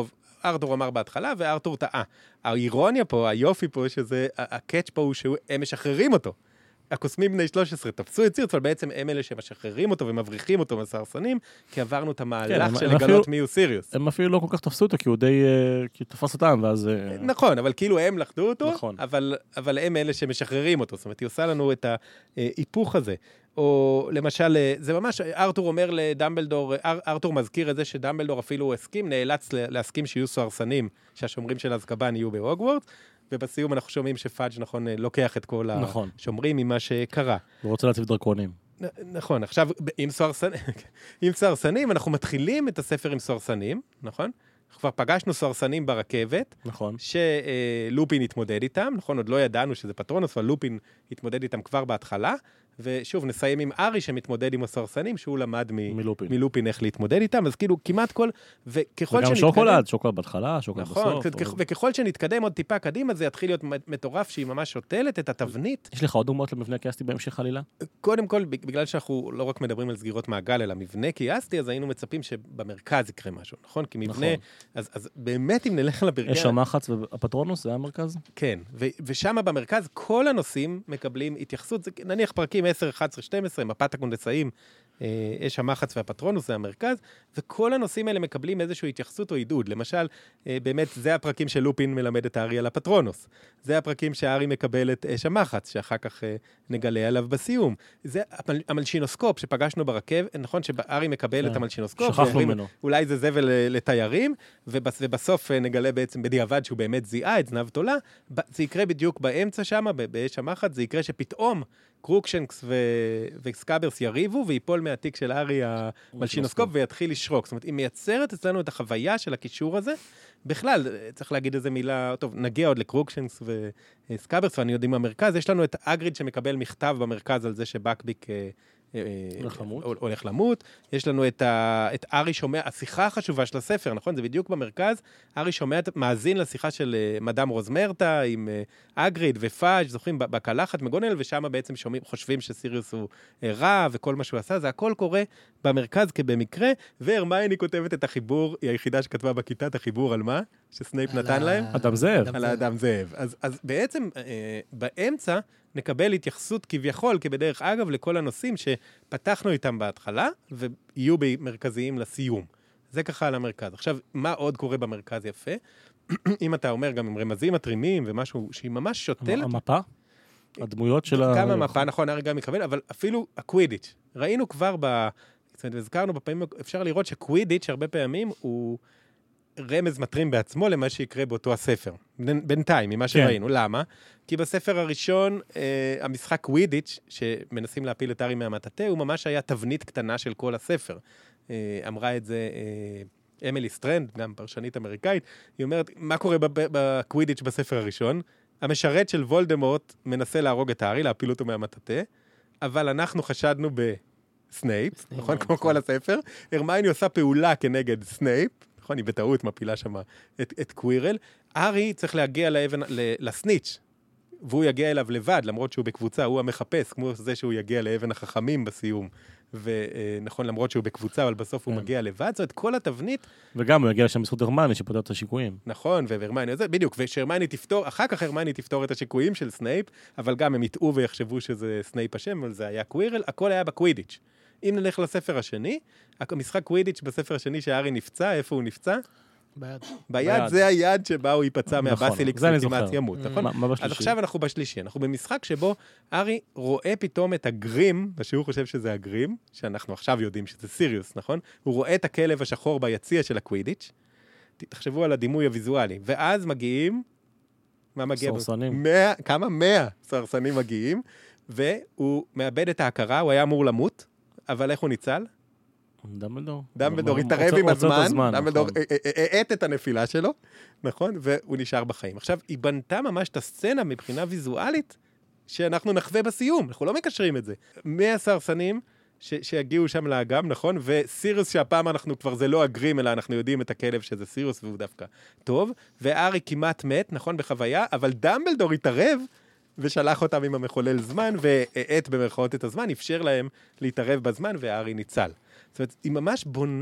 ארתור אמר בהתחלה, וארתור טעה. האירוניה פה, היופי פה, שזה, הקאץ' פה הוא שהם משחררים אותו. הקוסמים בני שלוש עשרה תפסו את סיריוס, אבל בעצם הם אלה שמשחררים אותו ומבריחים אותו מסרסנים, כי עברנו את המהלך כן, של הם לגלות אפילו- מי הוא סיריוס. הם אפילו לא כל כך תפסו אותו, כי הוא די, אה, כי הוא תפס אותם, ואז... אה, נכון, אבל כאילו הם לחדו אותו, נכון. אבל, אבל הם אלה שמשחררים אותו. זאת אומרת, היא עושה לנו את ההיפוך הזה. או למשל, זה ממש, ארתור אומר לדמבלדור, אר, ארתור מזכיר את זה שדמבלדור אפילו הסכים, נאלץ להסכים שיהיו סוהרסנים, שהשומרים של אזקבאן יהיו בהוגוורטס, ובסיום אנחנו שומעים שפאג' נכון, לוקח את כל נכון. השומרים ממה שקרה. הוא רוצה להציב דרקונים. נכון, עכשיו, עם סוהרסנים, עם סוהרסנים, אנחנו מתחילים את הספר עם סוהרסנים, נכון? אנחנו כבר פגשנו סוהרסנים ברכבת, נכון. שלופין התמודד איתם, נכון? עוד לא ידענו שזה פטרונוס, אבל לופין התמודד איתם כבר בהתחלה, ושוב, נסיים עם ארי שמתמודד עם הסוהרסנים, שהוא למד מ- מלופין. מלופין איך להתמודד איתם, אז כאילו כמעט כל, וככל וגם שוקולד, שוקולד בהתחלה, שוקולד נכון, בסוף. וכ- אבל- וככל שנתקדם עוד טיפה קדימה, זה יתחיל להיות מטורף שהיא ממש שותלת את התבנית. יש לך עוד דוגמאות למבנה קיאסטי בהמשך עלילה? קודם כל, בגלל שאנחנו לא רק מדברים על סגירות מעגל, אלא מבנה קיאסטי, אז היינו מצפים שבמרכז יקרה משהו, נכון? כי מבנה, נכון. אז, אז באמת אם נלך לברגל... אש המחץ והפטרונוס, זה המרכז? כן, ו- ושם במרכז כל הנושאים מקבלים התייחסות, זה נניח פרקים עשר, אחת עשרה, שתים עשרה, מפת הקונדסאים, אה, אש המחץ והפטרונוס, זה המרכז, וכל הנושאים האלה מקבלים איזושהי התייחסות או עידוד. למשל, אה, באמת, זה הפרקים של לופין מלמד את הארי על הפטרונוס. זה הפרקים שהארי מקבל את אש המחץ, שאחר כך אה, נגלה עליו בסיום. זה המל- המלשינוסקופ שפגשנו ברכב, נכון שהארי מקבל כן, את המלשינוסקופ, שכחנו ואומרים, ממנו. אולי זה זבל אה, לתיירים, ובס- ובסוף אה, נגלה בעצם בדיעבד שהוא באמת זיהה את זנב תולה. ב- זה יקרה בדיוק באמצע שם, ב- באש המחץ, זה יקרה שפתאום קרוקשנקס ו... וסקאברס יריבו, ויפול מהתיק של הארי המלשינוסקופ ויתחיל לשרוק. זאת אומרת, היא מייצרת אצלנו את החוויה של הקישור הזה. בכלל, צריך להגיד איזה מילה, טוב, נגיע עוד לקרוקשנקס וסקאברס, ואני יודע עם המרכז, יש לנו את אגריד שמקבל מכתב במרכז על זה שבקביק אה, אה, הולך למות. הולך למות. יש לנו את, ה... את ארי שומע, השיחה החשובה של הספר, נכון? זה בדיוק במרכז. ארי שומע, מאזין לשיחה של אה, מדאם רוזמרטה עם אה, אגריד ופאג', זוכרים, בקלחת מגונל, ושם בעצם שומעים, חושבים שסיריוס הוא אה, רע, וכל מה שהוא עשה, זה הכל קורה במרכז כבמקרה, והרמייני כותבת את החיבור, היא היחידה שכתבה בכיתה את החיבור על מה? שסנייפ על נתן ה- להם? אדם זאב. אדם על זאב. האדם זאב. אז, אז בעצם אה, באמצע נקבל התייחסות כביכול, כבדרך אגב, לכל הנושאים שפתחנו איתם בהתחלה, ויהיו מרכזיים לסיום. זה ככה על המרכז. עכשיו, מה עוד קורה במרכז יפה? אם אתה אומר גם עם רמזים מתרימים ומשהו שהיא ממש שותלת, המפה? הדמויות של ה... גם המפה, נכון, הרי גם מקבל, אבל אפילו הקווידיץ'. ראינו כבר ב... זאת אומרת, הזכרנו בפעמים, אפשר לראות שקווידיץ' הרבה פעמים הוא רמז מטרים בעצמו למה שיקרה באותו הספר. בין- בינתיים, ממה שראינו. למה? כי בספר הראשון, אה, המשחק קווידיץ', שמנסים להפיל את הארי מהמטאטה, הוא ממש היה תבנית קטנה של כל הספר. אה, אמרה את זה אה, אמילי סטרנד, גם פרשנית אמריקאית, היא אומרת, מה קורה בב- בקווידיץ' בספר הראשון? המשרת של וולדמורט מנסה להרוג את הארי, להפיל אותו מהמטאטה, אבל אנחנו חשדנו בסנייפ, סנייפ, נכון? כמו נכון. כל הספר. הרמייני עושה פעולה כנגד סנייפ, נכון? היא בטעות מפילה שם את, את קווירל. הארי צריך להגיע לאבן, ל- לסניץ', והוא יגיע אליו לבד, למרות שהוא בקבוצה, הוא המחפש, כמו זה שהוא יגיע לאבן החכמים בסיום. ונכון, למרות שהוא בקבוצה, אבל בסוף הוא כן. מגיע לבד. זאת אומרת, כל התבנית, וגם הוא יגיע לשם בזכות הרמני שפותר את השיקויים. נכון, והרמייני, זה בדיוק, ושהרמייני תפתור, אחר כך הרמייני תפתור את השיקויים של סנייפ, אבל גם הם יטעו ויחשבו שזה סנייפ השם, אבל זה היה קווירל, הכל היה בקווידיץ'. אם נלך לספר השני, המשחק קווידיץ' בספר השני שהארי נפצע, איפה הוא נפצע? ביד. ביד, ביד. זה היד שבה הוא ייפצע נכון, מהבסיליקס זה אני וכמעט זוכר. ימות, נכון? מה- מה בשלישי? אז עכשיו אנחנו בשלישי, אנחנו במשחק שבו ארי רואה פתאום את הגרים, שהוא חושב שזה הגרים, שאנחנו עכשיו יודעים שזה סיריוס, נכון? הוא רואה את הכלב השחור ביציע של הקווידיץ', תחשבו על הדימוי הוויזואלי, ואז מגיעים, מה מגיע? סרסנים. מאה, כמה? מאה סרסנים מגיעים, והוא מאבד את ההכרה, הוא היה אמור למות, אבל איך הוא ניצל? דמבלדור. דמבלדור הוא התערב עוצר- עם עוצר את הזמן, דמבלדור נכון. האט את הנפילה שלו, נכון? והוא נשאר בחיים. עכשיו, היא בנתה ממש את הסצנה מבחינה ויזואלית, שאנחנו נחווה בסיום, אנחנו לא מקשרים את זה. מאה סרסנים ש- שיגיעו שם לאגם, נכון? וסיריוס שהפעם אנחנו כבר, זה לא הגרים, אלא אנחנו יודעים את הכלב שזה סיריוס, והוא דווקא טוב. וארי כמעט מת, נכון? בחוויה, אבל דמבלדור התערב, ושלח אותם עם המחולל זמן, והאט במרכאות את הזמן, אפשר להם להתערב בזמן, והארי ניצל. זאת אומרת, היא ממש בונה,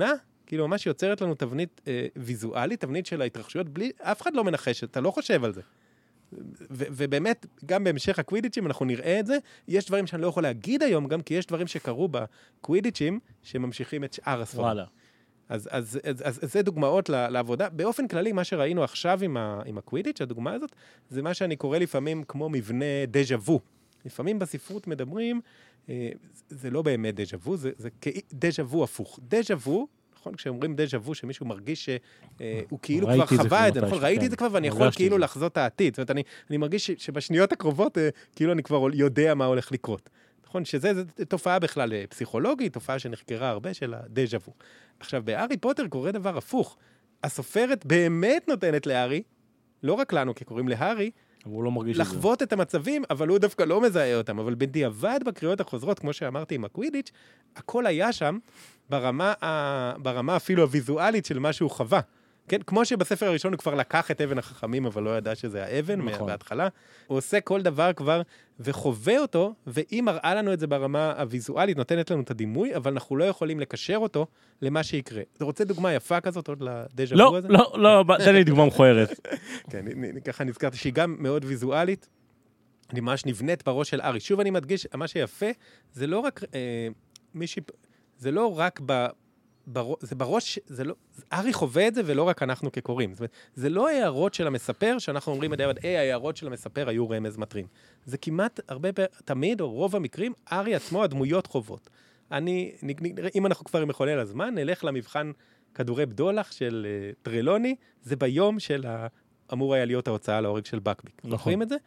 כאילו ממש יוצרת לנו תבנית אה, ויזואלית, תבנית של ההתרחשויות, בלי, אף אחד לא מנחש, אתה לא חושב על זה. ו- ובאמת, גם בהמשך הקווידיצ'ים, אנחנו נראה את זה, יש דברים שאני לא יכול להגיד היום, גם כי יש דברים שקרו בקווידיצ'ים, שממשיכים את שאר הספרים. וואלה. אז, אז, אז, אז, אז זה דוגמאות לעבודה. באופן כללי, מה שראינו עכשיו עם, ה, עם הקווידיץ', הדוגמה הזאת, זה מה שאני קורא לפעמים כמו מבנה דז'ה וו. לפעמים בספרות מדברים, אה, זה לא באמת דז'ה וו, זה, זה דז'ה וו הפוך. דז'ה וו, נכון? כשאומרים דז'ה וו, שמישהו מרגיש שהוא כאילו כבר חווה את זה, נכון? ראיתי את זה כבר, ואני יכול כאילו לחזות העתיד. זאת אומרת, אני, אני מרגיש שבשניות הקרובות, אה, כאילו אני כבר יודע מה הולך לקרות. נכון? שזה זה תופעה בכלל פסיכולוגית, תופעה שנחקרה הרבה של הדז'ה וו. עכשיו, בהארי פוטר קורה דבר הפוך. הסופרת באמת נותנת להארי, לא רק לנו כקוראים להארי, הוא לא מרגיש לחוות את המצבים, אבל הוא דווקא לא מזהה אותם. אבל בדיעבד בקריאות החוזרות, כמו שאמרתי עם הקווידיץ', הכל היה שם ברמה, ה... ברמה אפילו הוויזואלית של מה שהוא חווה. כן? כמו שבספר הראשון הוא כבר לקח את אבן החכמים, אבל לא ידע שזה האבן נכון. בהתחלה. הוא עושה כל דבר כבר וחווה אותו, והיא מראה לנו את זה ברמה הוויזואלית, נותנת לנו את הדימוי, אבל אנחנו לא יכולים לקשר אותו למה שיקרה. אתה רוצה דוגמה יפה כזאת עוד לדז'ה וו הזה? לא, לא, לא, תן לי דוגמה מכוערת. כן, ככה נזכרתי שהיא גם מאוד ויזואלית, אני ממש נבנית בראש של הארי. שוב אני מדגיש, מה שיפה, זה לא רק, אה, מישהי, זה לא רק ב... בראש, זה בראש, זה לא, הארי חווה את זה ולא רק אנחנו כקוראים. זאת אומרת, זה לא הערות של המספר שאנחנו אומרים בדיעבד, אה, הערות של המספר היו רמז מטרים. זה כמעט הרבה פעמים, תמיד או רוב המקרים, הארי עצמו הדמויות חוות. אני, אם אנחנו כבר מחולל הזמן, נלך למבחן כדורי בדולח של uh, טרלוני, זה ביום של אמור היה להיות ההוצאה להורג של בקביק. זוכרים את זה?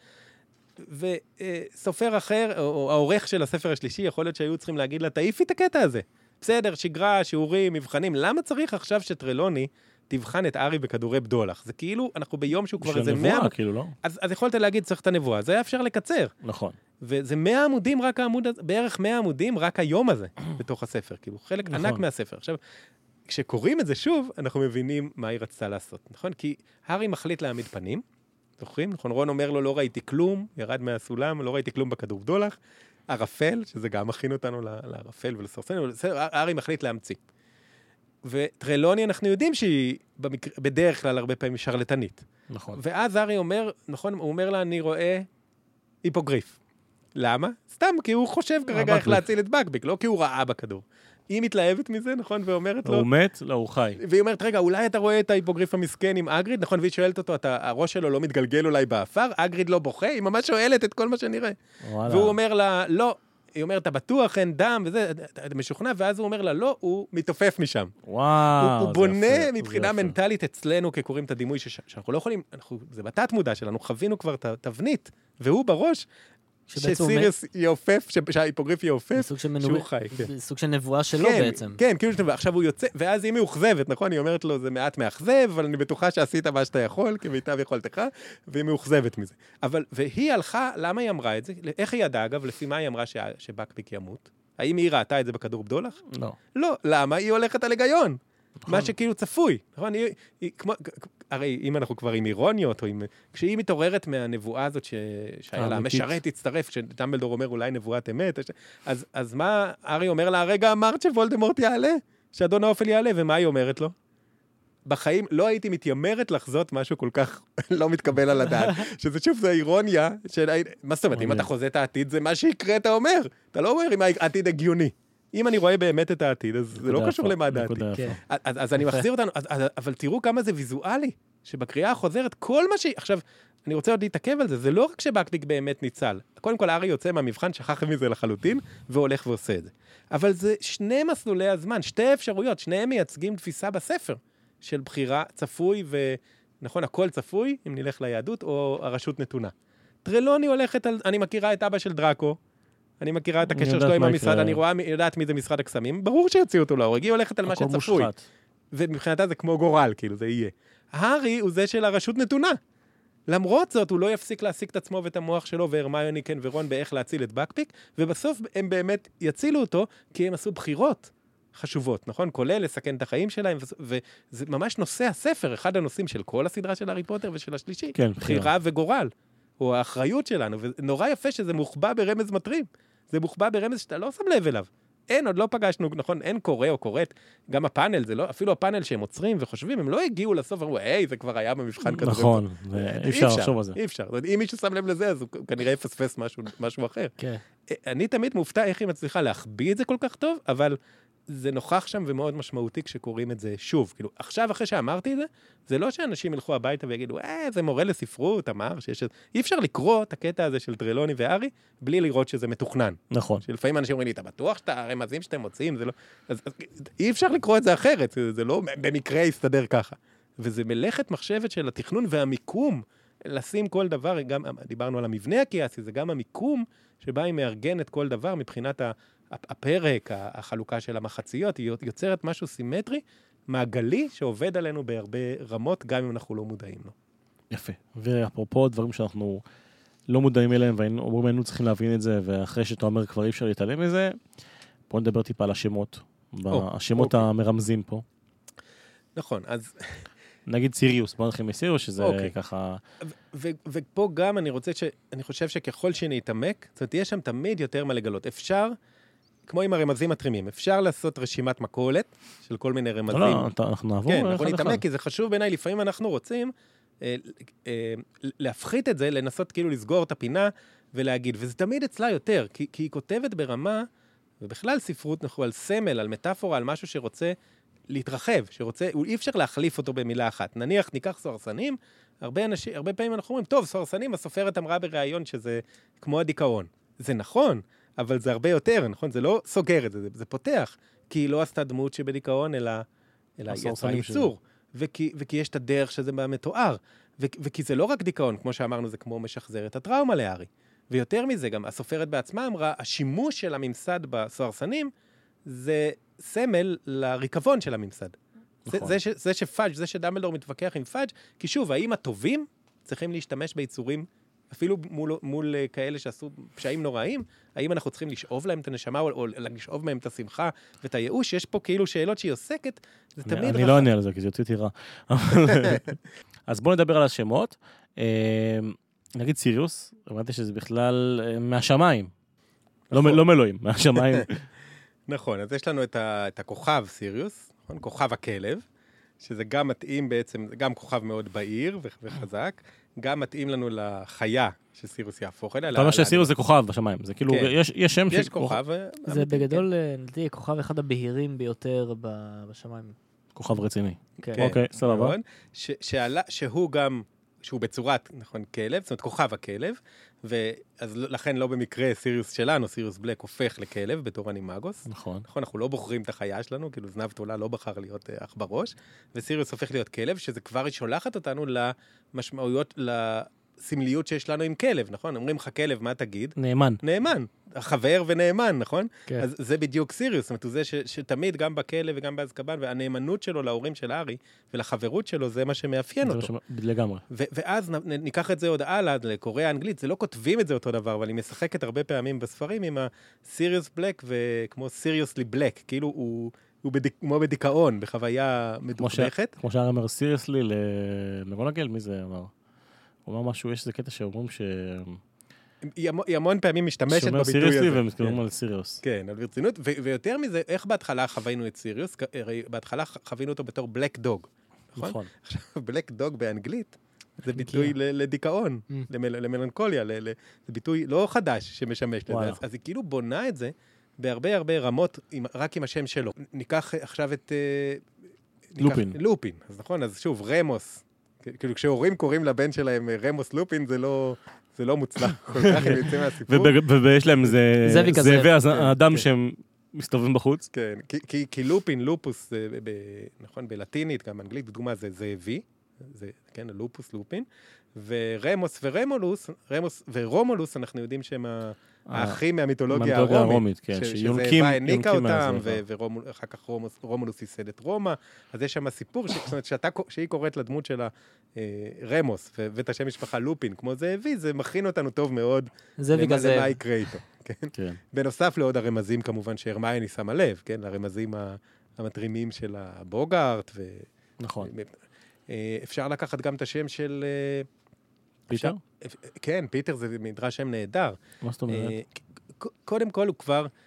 וסופר אחר, או העורך של הספר השלישי, יכול להיות שהיו צריכים להגיד לה, תעיפי את הקטע הזה. בסדר, שגרה, שיעורים, מבחנים. למה צריך עכשיו שטרלוני תבחן את הארי בכדורי בדולח? זה כאילו, אנחנו ביום שהוא כבר איזה מאה... כאילו, לא? אז, אז יכולת להגיד, צריך את הנבואה. זה היה אפשר לקצר. נכון. וזה מאה עמודים רק העמוד הזה, בערך מאה עמודים רק היום הזה, בתוך הספר. כאילו, חלק נכון. ענק מהספר. עכשיו, כשקוראים את זה שוב, אנחנו מבינים מה היא רצתה לעשות. נכון? כי הארי מחליט להעמיד פנים. זוכרים? נכון? רון אומר לו, לא ראיתי כלום, ירד מהסולם, לא ראיתי כלום בכדור בדולח. ערפל, שזה גם מכין אותנו לערפל ולסורסן, הארי מחליט להמציא. וטרלוני אנחנו יודעים שהיא במקרה, בדרך כלל הרבה פעמים שרלטנית. נכון. ואז הארי אומר, נכון, הוא אומר לה, אני רואה היפוגריף. למה? סתם, כי הוא חושב כרגע איך להציל את בקביק, לא כי הוא ראה בכדור. היא מתלהבת מזה, נכון, ואומרת לו... הוא מת? לא, הוא חי. והיא אומרת, רגע, אולי אתה רואה את ההיפוגריף המסכן עם אגריד, נכון, והיא שואלת אותו, הראש שלו לא מתגלגל אולי באפר, אגריד לא בוכה, היא ממש שואלת את כל מה שנראה. והוא אומר לה, לא, היא אומרת, אתה בטוח, אין דם, וזה, אתה משוכנע, ואז הוא אומר לה, לא, הוא מתעופף משם. וואו, הוא בונה מבחינה מנטלית אצלנו, כקוראים את הדימוי שאנחנו לא יכולים, זה בתת מודע שלנו, חווינו כבר את התבנית, והוא בראש, שסיריוס יעופף, שההיפוגריף יעופף, שהוא חי. סוג של נבואה שלו בעצם. כן, כאילו, עכשיו הוא יוצא, ואז היא מאוכזבת, נכון? היא אומרת לו, זה מעט מאכזב, אבל אני בטוחה שעשית מה שאתה יכול, כמיטב יכולתך, והיא מאוכזבת מזה. אבל, והיא הלכה, למה היא אמרה את זה? איך היא ידעה, אגב, לפי מה היא אמרה שבקביק ימות? האם היא ראתה את זה בכדור בדולח? לא. לא, למה? היא הולכת על היגיון. מה שכאילו צפוי, נכון? היא, היא, כמו, הרי אם אנחנו כבר עם אירוניות, או עם, כשהיא מתעוררת מהנבואה הזאת ש, שהיה לה, משרת הצטרף, כשדמבלדור אומר אולי נבואת אמת, אז, אז מה, הארי אומר לה, הרגע אמרת שוולדמורט יעלה, שאדון האופל יעלה, ומה היא אומרת לו? בחיים לא הייתי מתיימרת לחזות משהו כל כך לא מתקבל על הדעת, שזה שוב, זה אירוניה, של, מה זאת אומרת, אם אתה חוזה את העתיד, זה מה שיקרה, אתה אומר, אתה לא אומר אם העתיד הגיוני. אם אני רואה באמת את העתיד, אז זה לא קשור למה דעתי. אז אני מחזיר אותנו, אבל תראו כמה זה ויזואלי, שבקריאה החוזרת, כל מה ש... עכשיו, אני רוצה עוד להתעכב על זה, זה לא רק שבקביק באמת ניצל. קודם כל, הארי יוצא מהמבחן, שכח מזה לחלוטין, והולך ועושה את זה. אבל זה שני מסלולי הזמן, שתי אפשרויות, שניהם מייצגים תפיסה בספר, של בחירה צפוי, ונכון, הכל צפוי, אם נלך ליהדות, או הרשות נתונה. טרלוני הולכת על... אני מכירה את אבא של דראקו, אני מכירה את הקשר שלו עם המשרד, אני רואה, יודעת מי זה משרד הקסמים, ברור שיוציאו אותו להורג, היא הולכת על מה שצפוי. ומבחינתה זה כמו גורל, כאילו, זה יהיה. הארי הוא זה של הרשות נתונה. למרות זאת, הוא לא יפסיק להסיק את עצמו ואת המוח שלו, והרמיוני כן ורון באיך להציל את בקפיק, ובסוף הם באמת יצילו אותו, כי הם עשו בחירות חשובות, נכון? כולל לסכן את החיים שלהם, וזה ממש נושא הספר, אחד הנושאים של כל הסדרה של הארי פוטר ושל השלישי. כן, בחירה וגורל. או האחריות שלנו, ונורא יפה שזה מוחבא ברמז מטרים. זה מוחבא ברמז שאתה לא שם לב אליו. אין, עוד לא פגשנו, נכון, אין קורא או קוראת, גם הפאנל, זה לא, אפילו הפאנל שהם עוצרים וחושבים, הם לא הגיעו לסוף, אמרו, היי, זה כבר היה במבחן כזה. נכון, אי אפשר לחשוב על זה. אי אפשר, אם מישהו שם לב לזה, אז הוא כנראה יפספס משהו, משהו אחר. כן. אני תמיד מופתע איך היא מצליחה להחביא את זה כל כך טוב, אבל זה נוכח שם ומאוד משמעותי כשקוראים את זה שוב. כאילו, עכשיו, אחרי שאמרתי את זה, זה לא שאנשים ילכו הביתה ויגידו, אה, זה מורה לספרות, אמר שיש... אי אפשר לקרוא את הקטע הזה של טרלוני וארי, בלי לראות שזה מתוכנן. נכון. שלפעמים אנשים אומרים לי, אתה בטוח שאתה הרמזים שאתם מוצאים, זה לא... אז, אז אי אפשר לקרוא את זה אחרת, זה, זה לא במקרה יסתדר ככה. וזה מלאכת מחשבת של התכנון והמיקום, לשים כל דבר, גם דיברנו על המבנה הקיאסי, זה גם המיקום שבה היא מארגנת כל דבר מבחינת הפרק, החלוקה של המחציות, היא יוצרת משהו סימטרי, מעגלי, שעובד עלינו בהרבה רמות, גם אם אנחנו לא מודעים לו. יפה. ואפרופו דברים שאנחנו לא מודעים אליהם, ואומרים, היינו צריכים להבין את זה, ואחרי שאתה אומר כבר אי אפשר להתעלם מזה, בואו נדבר טיפה על השמות, השמות המרמזים פה. נכון, אז... נגיד סיריוס, בוא נתחיל מסיריוס, שזה ככה... ופה גם אני רוצה ש... אני חושב שככל שנתעמק, זאת אומרת, יש שם תמיד יותר מה לגלות. אפשר, כמו עם הרמזים התרימים, אפשר לעשות רשימת מכולת של כל מיני רמזים. לא, אנחנו נעבור. כן, אנחנו נתעמק, כי זה חשוב בעיניי, לפעמים אנחנו רוצים להפחית את זה, לנסות כאילו לסגור את הפינה ולהגיד, וזה תמיד אצלה יותר, כי היא כותבת ברמה, ובכלל ספרות אנחנו על סמל, על מטאפורה, על משהו שרוצה להתרחב, שרוצה, אי אפשר להחליף אותו במילה אחת. נניח, ניקח סוהרסנים, הרבה אנשים, הרבה פעמים אנחנו אומרים, טוב, סוהרסנים, הסופרת אמרה בראיון שזה כמו הדיכאון. זה נכון, אבל זה הרבה יותר, נכון? זה לא סוגר את זה, זה פותח, כי היא לא עשתה דמות שבדיכאון, אלא, אלא יצרה ייצור. וכי, וכי יש את הדרך שזה מתואר. ו, וכי זה לא רק דיכאון, כמו שאמרנו, זה כמו משחזר את הטראומה להארי. ויותר מזה, גם הסופרת בעצמה אמרה, השימוש של הממסד בסוהרסנים, זה סמל לריקבון של הממסד. נכון. זה, זה, ש, זה שפאג', זה שדמבלדור מתווכח עם פאג', כי שוב, האם הטובים צריכים להשתמש ביצורים, אפילו מול, מול כאלה שעשו פשעים נוראים, האם אנחנו צריכים לשאוב להם את הנשמה, או, או לשאוב מהם את השמחה ואת הייאוש? יש פה כאילו שאלות שהיא עוסקת, זה אני, תמיד... אני רחב. לא עונה על זה, כי זה יוצאתי רע. אז בואו נדבר על השמות. נגיד סיריוס, אמרתי שזה בכלל מהשמיים. נכון. לא, לא מלואים, מהשמיים. נכון, אז יש לנו את, ה, את הכוכב סיריוס, נכון? כוכב הכלב, שזה גם מתאים בעצם, גם כוכב מאוד בהיר וחזק, גם מתאים לנו לחיה שסיריוס יהפוך אליה. אתה אומר שסיריוס זה כוכב בשמיים, זה כאילו, יש, יש שם יש כוכב. זה בגדול, נדעי, כוכב אחד הבהירים ביותר בשמיים. כוכב רציני. אוקיי, סבבה. שהוא גם... שהוא בצורת, נכון, כלב, זאת אומרת, כוכב הכלב, ואז לכן לא במקרה סיריוס שלנו, סיריוס בלק הופך לכלב בתור אנימגוס. נכון. נכון, אנחנו לא בוחרים את החיה שלנו, כאילו זנב תולה לא בחר להיות אח בראש, וסיריוס הופך להיות כלב, שזה כבר שולחת אותנו למשמעויות, לסמליות שיש לנו עם כלב, נכון? אומרים לך כלב, מה תגיד? נאמן. נאמן. החבר ונאמן, נכון? כן. אז זה בדיוק סיריוס, זאת אומרת, הוא זה ש, שתמיד גם בכלב וגם באזקבאן, והנאמנות שלו להורים של הארי, ולחברות שלו, זה מה שמאפיין אותו. ש... לגמרי. ו- ואז נ- ניקח את זה עוד הלאה, לקוריאה האנגלית, זה לא כותבים את זה אותו דבר, אבל היא משחקת הרבה פעמים בספרים עם הסיריוס בלק, וכמו סיריוסלי בלק, כאילו הוא, הוא בדיק, כמו בדיכאון, בחוויה מדוכדכת. כמו שהארי אומר סיריוסלי למגונגל, מי זה אמר? הוא אמר משהו, יש איזה קטע שאומרים ש... היא המון פעמים משתמשת בביטוי הזה. שאומר סיריוסלי והם מתכוונים על סיריוס. כן, על ברצינות, ויותר מזה, איך בהתחלה חווינו את סיריוס? הרי בהתחלה חווינו אותו בתור בלק דוג. נכון? עכשיו, בלק דוג באנגלית, זה ביטוי לדיכאון, למלנכוליה, זה ביטוי לא חדש שמשמש לזה. אז היא כאילו בונה את זה בהרבה הרבה רמות, רק עם השם שלו. ניקח עכשיו את... לופין. לופין, אז נכון, אז שוב, רמוס. כאילו כשהורים קוראים לבן שלהם רמוס לופין, זה לא... זה לא מוצלח כל כך, הם יוצאים מהסיפור. ויש להם זאבי, האדם שהם מסתובבים בחוץ. כן, כי לופין, לופוס, נכון, בלטינית, גם באנגלית, בדוגמה זה זאבי, כן, לופוס, לופין, ורמוס ורמולוס, רמוס ורומולוס, אנחנו יודעים שהם האחים מהמיתולוגיה הרומית, שזאבה העניקה אותם, ואחר כך רומולוס ייסד את רומא, אז יש שם הסיפור, שהיא קוראת לדמות שלה רמוס, ואת השם משפחה לופין, כמו זאבי, זה מכין אותנו טוב מאוד, למה יקרה איתו. בנוסף לעוד הרמזים, כמובן, שהרמיוני שמה לב, כן, לרמזים המטרימים של הבוגארט, נכון. אפשר לקחת גם את השם של... פיטר? כן, פיטר זה מדרש שם נהדר. מה זאת אומרת? קודם כל הוא כבר,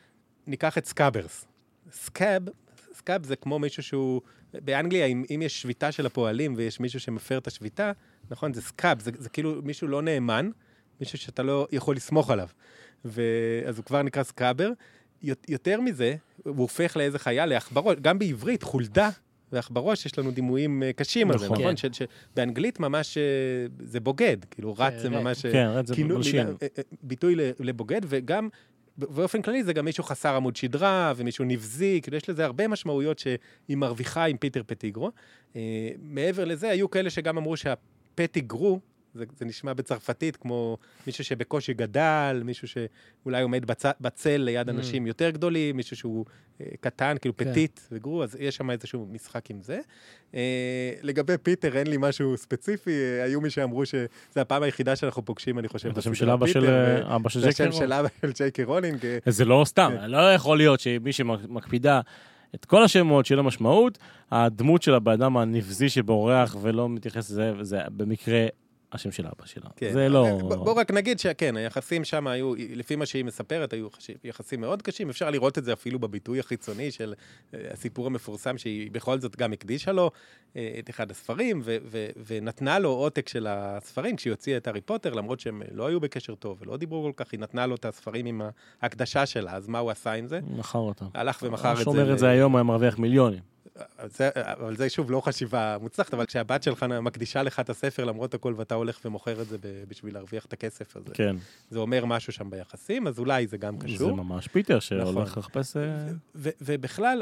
ניקח את סקאברס. סקאב, סקאב זה כמו מישהו שהוא, באנגליה, אם, אם יש שביתה של הפועלים ויש מישהו שמפר את השביתה, נכון, זה סקאב, זה, זה כאילו מישהו לא נאמן, מישהו שאתה לא יכול לסמוך עליו. ואז הוא כבר נקרא סקאבר. יותר מזה, הוא הופך לאיזה חיה, לאחברוש, גם בעברית, חולדה, ואחברוש יש לנו דימויים קשים על זה, נכון? שבאנגלית ממש זה בוגד, כאילו רץ זה ממש... כן, רץ זה מלשין. ביטוי לבוגד, וגם, באופן כללי זה גם מישהו חסר עמוד שדרה, ומישהו נבזי, כאילו יש לזה הרבה משמעויות שהיא מרוויחה עם פיטר פטיגרו. מעבר לזה, היו כאלה שגם אמרו שהפטיגרו, זה, זה נשמע בצרפתית כמו מישהו שבקושי גדל, מישהו שאולי עומד בצ... בצל ליד אנשים mm. יותר גדולים, מישהו שהוא אה, קטן, כאילו okay. פטיט וגרו, אז יש שם איזשהו משחק עם זה. אה, לגבי פיטר, אין לי משהו ספציפי, אה, היו מי שאמרו שזה הפעם היחידה שאנחנו פוגשים, אני חושב. את השם של אבא של אבא של ג'יי קי רולינג. השם של אבא של ג'יי קי רולינג. זה לא סתם, לא יכול להיות שמי שמקפידה את כל השמות של המשמעות, הדמות של הבאדם הנבזי שבורח ולא מתייחס לזה, וזה במקרה השם של אבא שלה. כן. זה לא... בוא, בוא רק נגיד שכן, היחסים שם היו, לפי מה שהיא מספרת, היו יחסים מאוד קשים. אפשר לראות את זה אפילו בביטוי החיצוני של הסיפור המפורסם, שהיא בכל זאת גם הקדישה לו את אחד הספרים, ו- ו- ונתנה לו עותק של הספרים, כשהיא הוציאה את הארי פוטר, למרות שהם לא היו בקשר טוב, ולא דיברו כל כך, היא נתנה לו את הספרים עם ההקדשה שלה, אז מה הוא עשה עם זה? מכר אותם. הלך ומכר את זה. שאומר את זה היום, הוא מרוויח מיליונים. זה, אבל זה שוב לא חשיבה מוצלחת, אבל כשהבת שלך מקדישה לך את הספר למרות הכל, ואתה הולך ומוכר את זה בשביל להרוויח את הכסף הזה. כן. זה אומר משהו שם ביחסים, אז אולי זה גם קשור. זה ממש פיטר שהולך לחפש... ובכלל,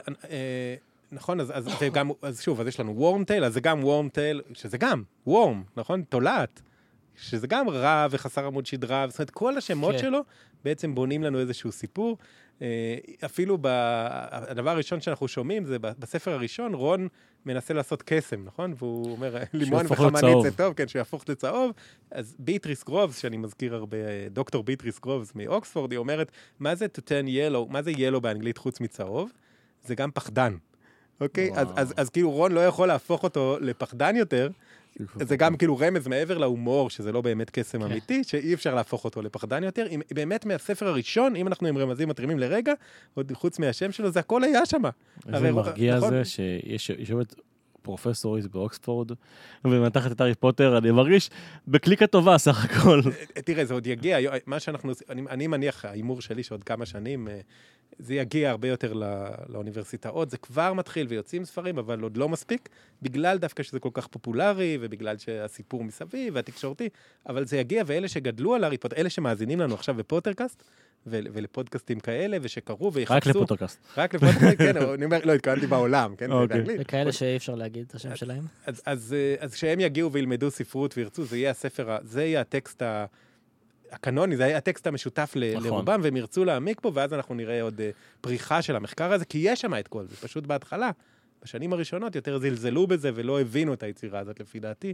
נכון, אז וגם, אז שוב, אז יש לנו וורמטייל, אז זה גם וורמטייל, שזה גם וורם, נכון? תולעת, שזה גם רע וחסר עמוד שדרה, זאת אומרת, כל השמות שלו בעצם בונים לנו איזשהו סיפור. אפילו הדבר הראשון שאנחנו שומעים, זה בספר הראשון, רון מנסה לעשות קסם, נכון? והוא אומר, לימון וחמנית זה טוב, כן, שיהפוך לצהוב. אז ביטריס גרובס, שאני מזכיר הרבה, דוקטור ביטריס גרובס מאוקספורד, היא אומרת, מה זה to turn yellow, מה זה yellow באנגלית חוץ מצהוב? זה גם פחדן. אוקיי? אז, אז, אז כאילו רון לא יכול להפוך אותו לפחדן יותר, זה גם כאילו רמז מעבר להומור, שזה לא באמת קסם אמיתי, שאי אפשר להפוך אותו לפחדן יותר. אם, באמת מהספר הראשון, אם אנחנו עם רמזים מתרימים לרגע, עוד חוץ מהשם שלו, זה הכל היה שם. איזה מרגיע זה שיש יושבת פרופסורית באוקספורד, ומתחת את הארי פוטר, אני מרגיש בקליקה טובה סך הכל. תראה, זה עוד יגיע, מה שאנחנו, אני, אני מניח, האימור שלי שעוד כמה שנים, זה יגיע הרבה יותר לא, לאוניברסיטאות, זה כבר מתחיל ויוצאים ספרים, אבל עוד לא מספיק, בגלל דווקא שזה כל כך פופולרי, ובגלל שהסיפור מסביב והתקשורתי, אבל זה יגיע, ואלה שגדלו על הארי פוטר, אלה שמאזינים לנו עכשיו בפוטרקאסט, ולפודקאסטים כאלה, ושקראו ויחפשו. רק לפודקאסט. רק לפודקאסט, כן, אני אומר, לא, התכוונתי בעולם, כן, באנגלית. וכאלה שאי אפשר להגיד את השם שלהם. אז כשהם יגיעו וילמדו ספרות וירצו, זה יהיה הספר, זה יהיה הטקסט הקנוני, זה יהיה הטקסט המשותף לרובם, והם ירצו להעמיק בו, ואז אנחנו נראה עוד פריחה של המחקר הזה, כי יש שם את כל זה, פשוט בהתחלה. בשנים הראשונות יותר זלזלו בזה, ולא הבינו את היצירה הזאת לפי דעתי,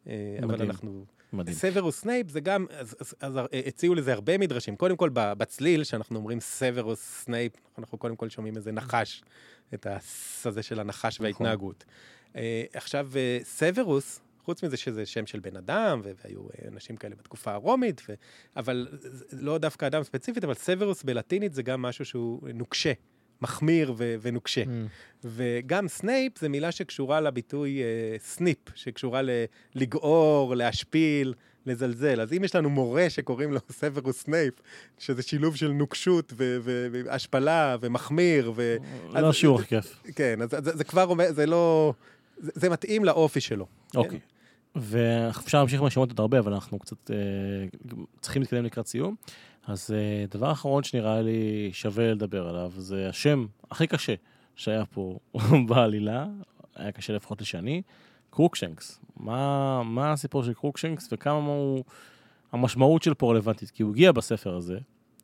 אבל אנחנו... סוורוס סנייפ זה גם, אז, אז, אז הציעו לזה הרבה מדרשים. קודם כל בצליל, שאנחנו אומרים סוורוס סנייפ, אנחנו קודם כל שומעים איזה נחש, את הס הזה של הנחש וההתנהגות. עכשיו, סוורוס, חוץ מזה שזה שם של בן אדם, והיו אנשים כאלה בתקופה הרומית, אבל לא דווקא אדם ספציפית, אבל סוורוס בלטינית זה גם משהו שהוא נוקשה. מחמיר ו- ונוקשה. Mm. וגם סנייפ זה מילה שקשורה לביטוי uh, סניפ, שקשורה ל- לגעור, להשפיל, לזלזל. אז אם יש לנו מורה שקוראים לו סוורוס סנייפ, שזה שילוב של נוקשות והשפלה ומחמיר. ו- לא אז, שיעור כיף. כן, אז זה, זה כבר אומר, זה לא... זה, זה מתאים לאופי שלו. אוקיי. Okay. ואפשר להמשיך מהשמות עוד הרבה, אבל אנחנו קצת uh, צריכים להתקדם לקראת סיום. אז uh, דבר אחרון שנראה לי שווה לדבר עליו, זה השם הכי קשה שהיה פה בעלילה, היה קשה לפחות לשני, קרוקשנקס. מה, מה הסיפור של קרוקשנקס וכמה הוא, המשמעות של פה רלוונטית? כי הוא הגיע בספר הזה,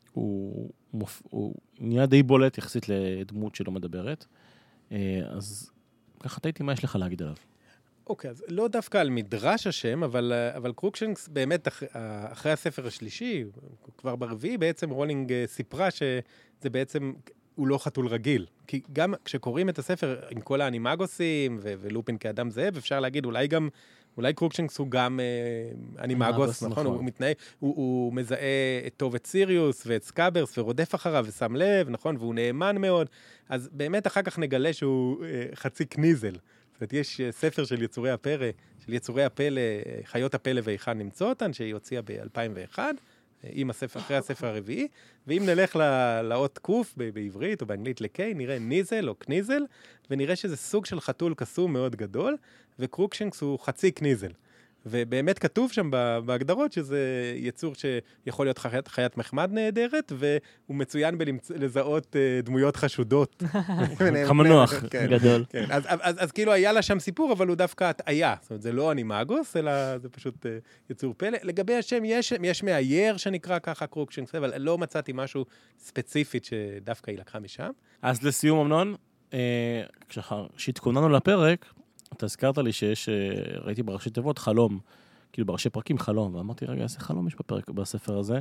הוא, מופ, הוא נהיה די בולט יחסית לדמות שלא מדברת, uh, אז ככה תהיתי מה יש לך להגיד עליו. אוקיי, אז לא דווקא על מדרש השם, אבל, אבל קרוקשנקס באמת אח, אחרי הספר השלישי, כבר ברביעי, בעצם רולינג סיפרה שזה בעצם, הוא לא חתול רגיל. כי גם כשקוראים את הספר עם כל האנימגוסים ו- ולופין כאדם זאב, אפשר להגיד אולי גם, אולי קרוקשנקס הוא גם אה, אנימגוס, נכון? הוא, הוא מתנהג, הוא, הוא מזהה טוב את סיריוס ואת סקאברס ורודף אחריו ושם לב, נכון? והוא נאמן מאוד. אז באמת אחר כך נגלה שהוא אה, חצי קניזל. זאת אומרת, יש ספר של יצורי הפרא, של יצורי הפלא, חיות הפלא והיכן למצוא אותן, שהיא הוציאה ב-אלפיים ואחת, עם הספר, אחרי הספר הרביעי, ואם נלך לאות קוף בעברית או באנגלית לקיי, נראה ניזל או קניזל, ונראה שזה סוג של חתול קסום מאוד גדול, וקרוקשנקס הוא חצי קניזל. ובאמת כתוב שם בהגדרות שזה יצור שיכול להיות חיית, חיית מחמד נהדרת, והוא מצוין בלזהות דמויות חשודות. כמנוח גדול. כן, אז, אז, אז כאילו היה לה שם סיפור, אבל הוא דווקא הטעיה. זאת אומרת, זה לא אנימגוס, אלא זה פשוט יצור פלא. לגבי השם, יש, יש מאייר שנקרא ככה קרוקשנקס, אבל לא מצאתי משהו ספציפית שדווקא היא לקחה משם. אז לסיום, אמנון, כשהתכוננו לפרק, אתה הזכרת לי שיש, ראיתי בראשי תיבות חלום, כאילו בראשי פרקים חלום, ואמרתי, רגע, איזה חלום יש בפרק, בספר הזה,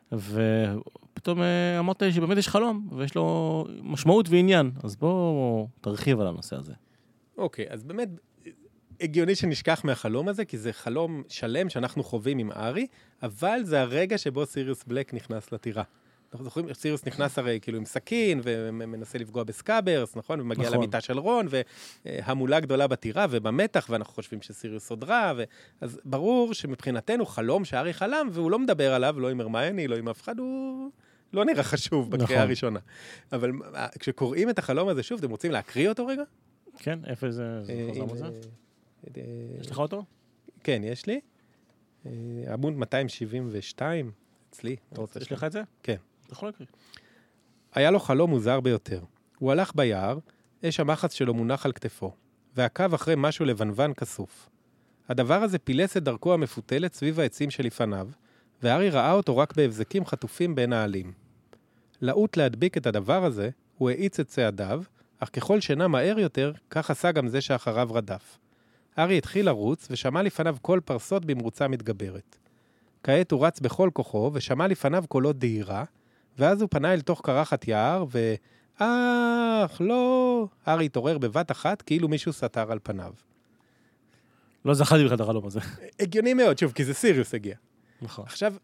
ופתאום אמרת לי שבאמת יש חלום, ויש לו משמעות ועניין, אז בוא תרחיב על הנושא הזה. אוקיי, אז באמת, הגיוני שנשכח מהחלום הזה, כי זה חלום שלם שאנחנו חווים עם ארי, אבל זה הרגע שבו סיריוס בלק נכנס לטירה. אנחנו זוכרים, סיריוס נכנס הרי כאילו עם סכין, ומנסה לפגוע בסקאברס, נכון? ומגיע נכון. למיטה של רון, והמולה גדולה בטירה, ובמתח, ואנחנו חושבים שסיריוס עוד רע, ו... אז ברור שמבחינתנו חלום שארי חלם, והוא לא מדבר עליו, לא עם הרמיוני, לא עם אף אחד, הוא לא נראה חשוב בקריאה נכון. הראשונה. אבל כשקוראים את החלום הזה שוב, אתם רוצים להקריא אותו רגע? כן, איפה זה? זה חוזר מזה? יש לך אותו? כן, יש לי. עמוד מאתיים שבעים ושתיים, אצלי. יש לך את זה? כן. יכול להקריא. היה לו חלום מוזר ביותר. הוא הלך ביער, אש המחץ שלו מונח על כתפו, ועקב אחרי משהו לבנוון כסוף. הדבר הזה פילס את דרכו המפותלת סביב העצים שלפניו, והארי ראה אותו רק בהבזקים חטופים בין העלים. לעוט להדביק את הדבר הזה, הוא האיץ את צעדיו, אך ככל שנע מהר יותר, כך עשה גם זה שאחריו רדף. הארי התחיל לרוץ, ושמע לפניו כל פרסות במרוצה מתגברת. כעת הוא רץ בכל כוחו, ושמע לפניו קולות דהירה, ואז הוא פנה אל תוך קרחת יער, ו... אך, לא... הארי התעורר בבת אחת, כאילו מישהו סתר על פניו. לא זכרתי בכלל את החלום הזה. הגיוני מאוד, שוב, כי זה סיריוס הגיע. נכון. עכשיו,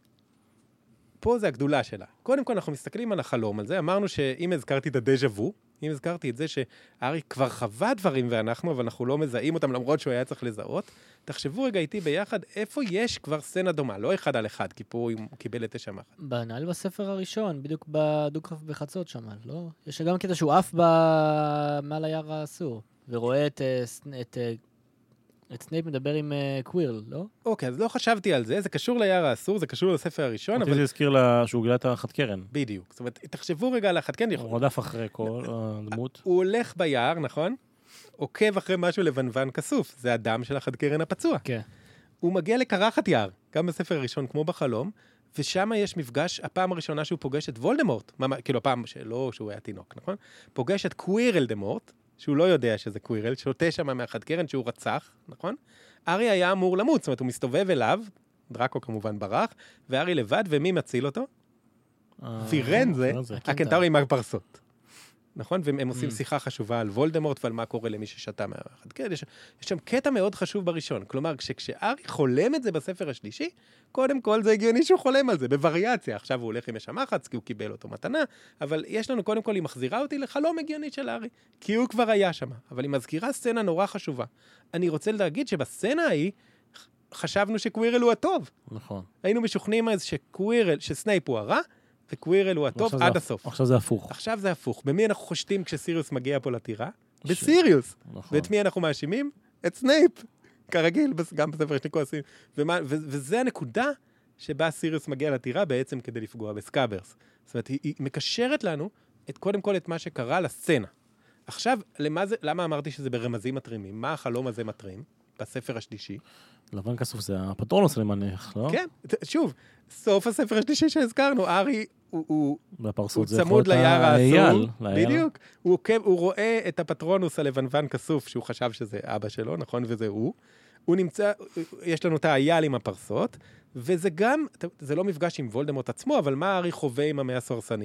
פה זה הגדולה שלה. קודם כל, אנחנו מסתכלים על החלום על זה, אמרנו שאם הזכרתי את הדז'ה וו, אם הזכרתי את זה שהארי כבר חווה דברים ואנחנו, אבל אנחנו לא מזהים אותם למרות שהוא היה צריך לזהות, תחשבו רגע איתי ביחד, איפה יש כבר סצנה דומה, לא אחד על אחד, כי פה הוא קיבל את אש המחץ. בנהל בספר הראשון, בדיוק בדו-קרב בחצות שם, לא? יש גם קטע שהוא עף מעל היער האסור, ורואה את, את, את סנייפ מדבר עם קווירל, לא? אוקיי, אז לא חשבתי על זה, זה קשור ליער האסור, זה קשור לספר הראשון, אבל... זה הזכיר לה שהוא גילה את החד קרן. בדיוק, זאת אומרת, תחשבו רגע על החד קרן. הוא רודף אחרי כל הדמות. הוא הולך ביער, נכון? עוקב אחרי משהו לבנוון כסוף, זה הדם של החד קרן הפצוע. כן. הוא מגיע לקרחת יער, גם בספר הראשון כמו בחלום, ושם יש מפגש, הפעם הראשונה שהוא פוגש את וולדמורט, כאילו הפעם שלא, שהוא היה תינוק, נכון? פוגש את קווירל דמורט, שהוא לא יודע שזה קווירל, שותה שם מהחד קרן שהוא רצח, נכון? ארי היה אמור למות, זאת אומרת, הוא מסתובב אליו, דרקו כמובן ברח, וארי לבד, ומי מציל אותו? פירן זה, הקנטאורי עם הפרסות. נכון? והם עושים שיחה חשובה על וולדמורט ועל מה קורה למי ששתה מהחד קרן. יש, יש שם קטע מאוד חשוב בראשון. כלומר, כשארי חולם את זה בספר השלישי, קודם כל זה הגיוני שהוא חולם על זה, בווריאציה. עכשיו הוא הולך עם אש המחץ, כי הוא קיבל אותו מתנה, אבל יש לנו קודם כל, היא מחזירה אותי לחלום הגיוני של ארי, כי הוא כבר היה שם. אבל היא מזכירה סצנה נורא חשובה. אני רוצה להגיד שבסצנה ההיא, חשבנו שקווירל הוא הטוב. נכון. היינו משוכנעים אז שקווירל, שסנייפ הוא הרע, וקווירל הוא הטוב עד הסוף. עכשיו זה הפוך. עכשיו זה הפוך. במי אנחנו חושדים כשסיריוס מגיע פה לטירה? בסיריוס. ואת מי אנחנו מאשימים? את סנייפ. כרגיל, גם בספר השני כועסים. וזה הנקודה שבה סיריוס מגיע לטירה בעצם כדי לפגוע בסקאברס. זאת אומרת, היא מקשרת לנו את קודם כל את מה שקרה לסצנה. עכשיו, למה אמרתי שזה ברמזים מטרימים? מה החלום הזה מטרים? בספר השלישי. לבן כסוף זה הפטרונוס למניח, לא? כן, שוב, סוף הספר השלישי שהזכרנו, ארי הוא בפרסות צמוד ליער האסור, בדיוק, הוא רואה את הפטרונוס הלבנוון כסוף, שהוא חשב שזה אבא שלו, נכון, וזה הוא, הוא נמצא, יש לנו את האייל עם הפרסות, וזה גם, זה לא מפגש עם וולדמורט עצמו, אבל מה ארי חווה עם המאה הסוהרסנים?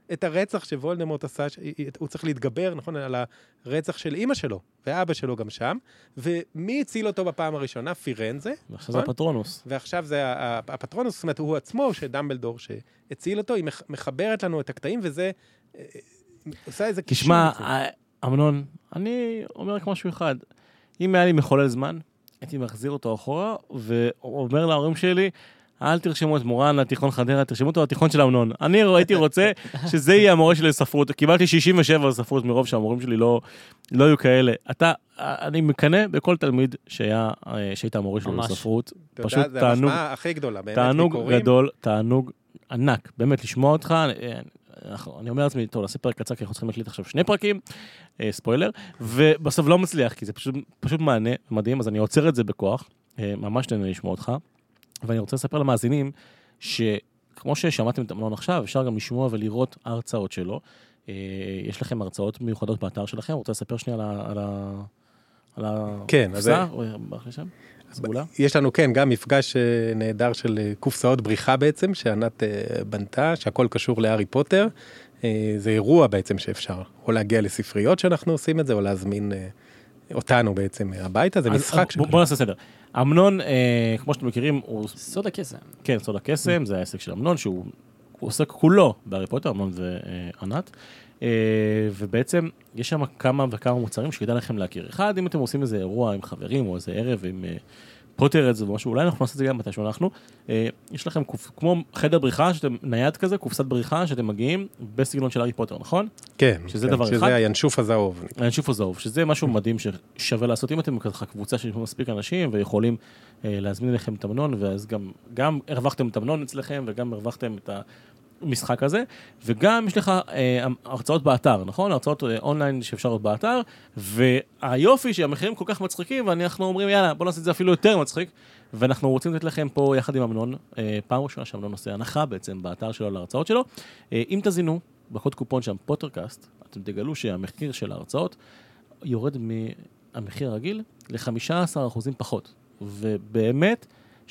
את הרצח שוולדמורט עשה, הוא צריך להתגבר, נכון, על הרצח של אמא שלו, ואבא שלו גם שם, ומי הציל אותו בפעם הראשונה? פירנזה. ועכשיו זה הפטרונוס. ועכשיו זה הפטרונוס, זאת אומרת, הוא עצמו, שדמבלדור שהציל אותו, היא מחברת לנו את הקטעים, וזה עושה איזה קישור. תשמע, אמנון, אני אומר רק משהו אחד, אם היה לי מחולל זמן, הייתי מחזיר אותו אחורה, ואומר להורים שלי, אל תרשמו את מורן לתיכון חדרה, תרשמו אותו לתיכון של אמנון. אני הייתי רוצה שזה יהיה המורה שלי לספרות. קיבלתי שישים ושבע לספרות מרוב שהמורים שלי לא, לא היו כאלה. אתה, אני מקנה בכל תלמיד שהיה, שהייתה המורה שלי לספרות. פשוט זה תענוג, המחמאה הכי גדולה. תענוג גדול, תענוג ענק. באמת, לשמוע אותך, אני אומר לעצמי, טוב, נעשה פרק קצר, כי אנחנו צריכים להקליט עכשיו שני פרקים, ספוילר, ובסוף לא מצליח, כי זה פשוט, פשוט מענה מדהים, אז אני עוצר את זה בכוח, ממש תהנה לשמוע אותך. ואני רוצה לספר למאזינים, שכמו ששמעתם את אמנון עכשיו, אפשר גם לשמוע ולראות הרצאות שלו. יש לכם הרצאות מיוחדות באתר שלכם, רוצה לספר שנייה על ה... על הקופסה? יש לנו, כן, גם מפגש נהדר של קופסאות בריחה בעצם, שענת בנתה, שהכל קשור להארי פוטר. זה אירוע בעצם שאפשר, או להגיע לספריות שאנחנו עושים את זה, או להזמין אותנו בעצם הביתה, זה משחק שקרה. בוא נעשה סדר. אמנון, אה, כמו שאתם מכירים, הוא... סוד הקסם. כן, סוד הקסם, זה העסק של אמנון, שהוא עוסק כולו בהארי פוטר, אמנון וענת, אה, ובעצם יש שם כמה וכמה מוצרים שכדאי לכם להכיר. אחד, אם אתם עושים איזה אירוע עם חברים, או איזה ערב עם אה, פוטר את זה ומשהו, אולי אנחנו נעשה את זה גם מתישהו אנחנו, אה, יש לכם קופ... כמו חדר בריחה, שאתם נייד כזה, קופסת בריחה, שאתם מגיעים בסגנון של הארי פוטר, נכון? כן, שזה כן, דבר שזה אחד. הינשוף הזהוב. הינשוף הזהוב, שזה משהו מדהים ששווה לעשות. אם אתם ככה קבוצה שיש מספיק אנשים ויכולים אה, להזמין אליכם את אמנון, ואז גם, גם הרווחתם את אמנון אצלכם, וגם הרווחתם את המשחק הזה, וגם יש לך אה, הרצאות באתר, נכון? הרצאות אה, אונליין שאפשר להיות באתר, והיופי שהמחירים כל כך מצחיקים, ואנחנו אומרים, יאללה, בוא נעשה את זה אפילו יותר מצחיק, ואנחנו רוצים לתת לכם פה יחד עם אמנון, אה, פעם ראשונה שאמנון עושה הנחה בעצם באתר שלו להרצאות שלו. אה, אם תזינו, בקוד קופון שם פוטרקאסט, אתם תגלו שהמחיר של ההרצאות יורד מהמחיר הרגיל ל-חמישה עשר אחוזים פחות. ובאמת,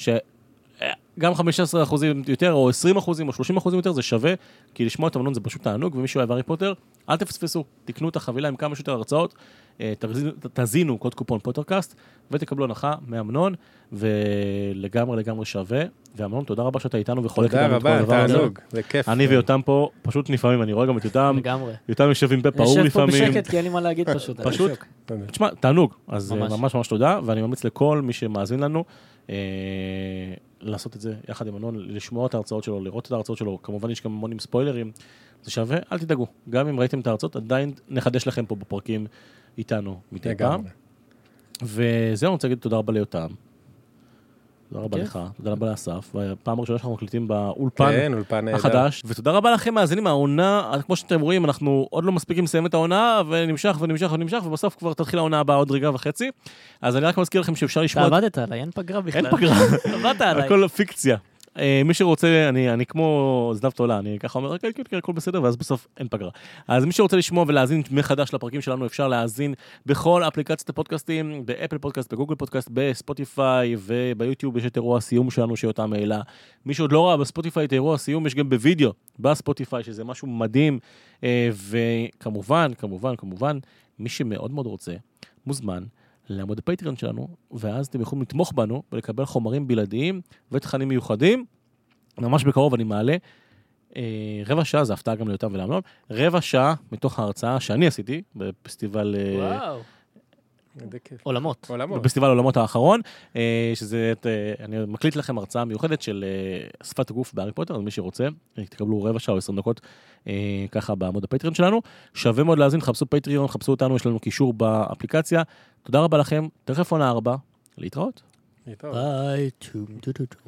שגם חמישה עשר אחוזים יותר, או עשרים אחוזים, או שלושים אחוזים יותר, זה שווה, כי לשמוע את אמנון זה פשוט תענוג, ומי שאוהב הארי פוטר, אל תפספסו, תקנו את החבילה עם כמה שיותר הרצאות, תזינו קוד קופון פוטרקאסט, ותקבלו הנחה מאמנון, ולגמרי לגמרי שווה. ואמנון, תודה רבה שאתה איתנו וחולק איתנו את כל הדבר הזה. תודה רבה, תענוג, זה כיף. אני ויותם פה, פשוט לפעמים, אני רואה גם את יותם. לגמרי. יותם יושב עם פה פעור לפעמים. יושב פה בשקט, כי אין לי מה להגיד פשוט. פשוט, תשמע, תענוג. אז ממש ממש תודה, ואני ממליץ לכל מי שמאזין לנו, לעשות את זה יחד עם אמנון, לשמוע את ההרצאות שלו, לראות את ההרצאות שלו. כמובן יש גם המון עם ספוילרים. זה שווה, אל תדאגו. גם אם ראיתם את ההרצאות, עדיין נחדש לכם פה בפרקים איתנו מדי פעם. וזהו, אני רוצה להגיד תודה רבה ליותם. תודה רבה לך, תודה רבה לאסף, והפעם הראשונה שאנחנו מקליטים באולפן החדש, ותודה רבה לכם מאזינים מהעונה, כמו שאתם רואים, אנחנו עוד לא מספיקים לסיים את העונה, ונמשך ונמשך ונמשך, ובסוף כבר תתחיל העונה הבאה עוד רגע וחצי, אז אני רק מזכיר לכם שאפשר לשמוע... אתה עבדת עליי, אין פגרה בכלל. אין פגרה, עבדת עליי. הכל פיקציה. מי שרוצה, אני, אני כמו זנב תולה, אני ככה אומר, כן, כן, כן, הכל בסדר, ואז בסוף אין פגרה. אז מי שרוצה לשמוע ולהאזין מחדש לפרקים שלנו, אפשר להאזין בכל אפליקציית הפודקאסטים, באפל פודקאסט, בגוגל פודקאסט, בספוטיפיי, וביוטיוב יש את אירוע הסיום שלנו שיותם העלה. מי שעוד לא ראה בספוטיפיי את אירוע הסיום, יש גם בווידאו, בספוטיפיי, שזה משהו מדהים, וכמובן, כמובן, כמובן, מי שמאוד מאוד רוצה, מוזמן, לעמוד בפטריון שלנו, ואז אתם יכולים לתמוך בנו ולקבל חומרים בלעדיים ותכנים מיוחדים. ממש בקרוב אני מעלה אה, רבע שעה, זה הפתעה גם ליותם ולאמנון, רבע שעה מתוך ההרצאה שאני עשיתי בפסטיבל... וואו. עולמות. בפסטיבל עולמות האחרון, שזה, אני מקליט לכם הרצאה מיוחדת של שפת הגוף בהארי פוטר, אז מי שרוצה, תקבלו רבע שעה או עשרים דקות ככה בעמוד הפטריון שלנו. שווה מאוד להאזין, חפשו פטריון, חפשו אותנו, יש לנו קישור באפליקציה. תודה רבה לכם, תכף עונה ארבע, להתראות. ביי.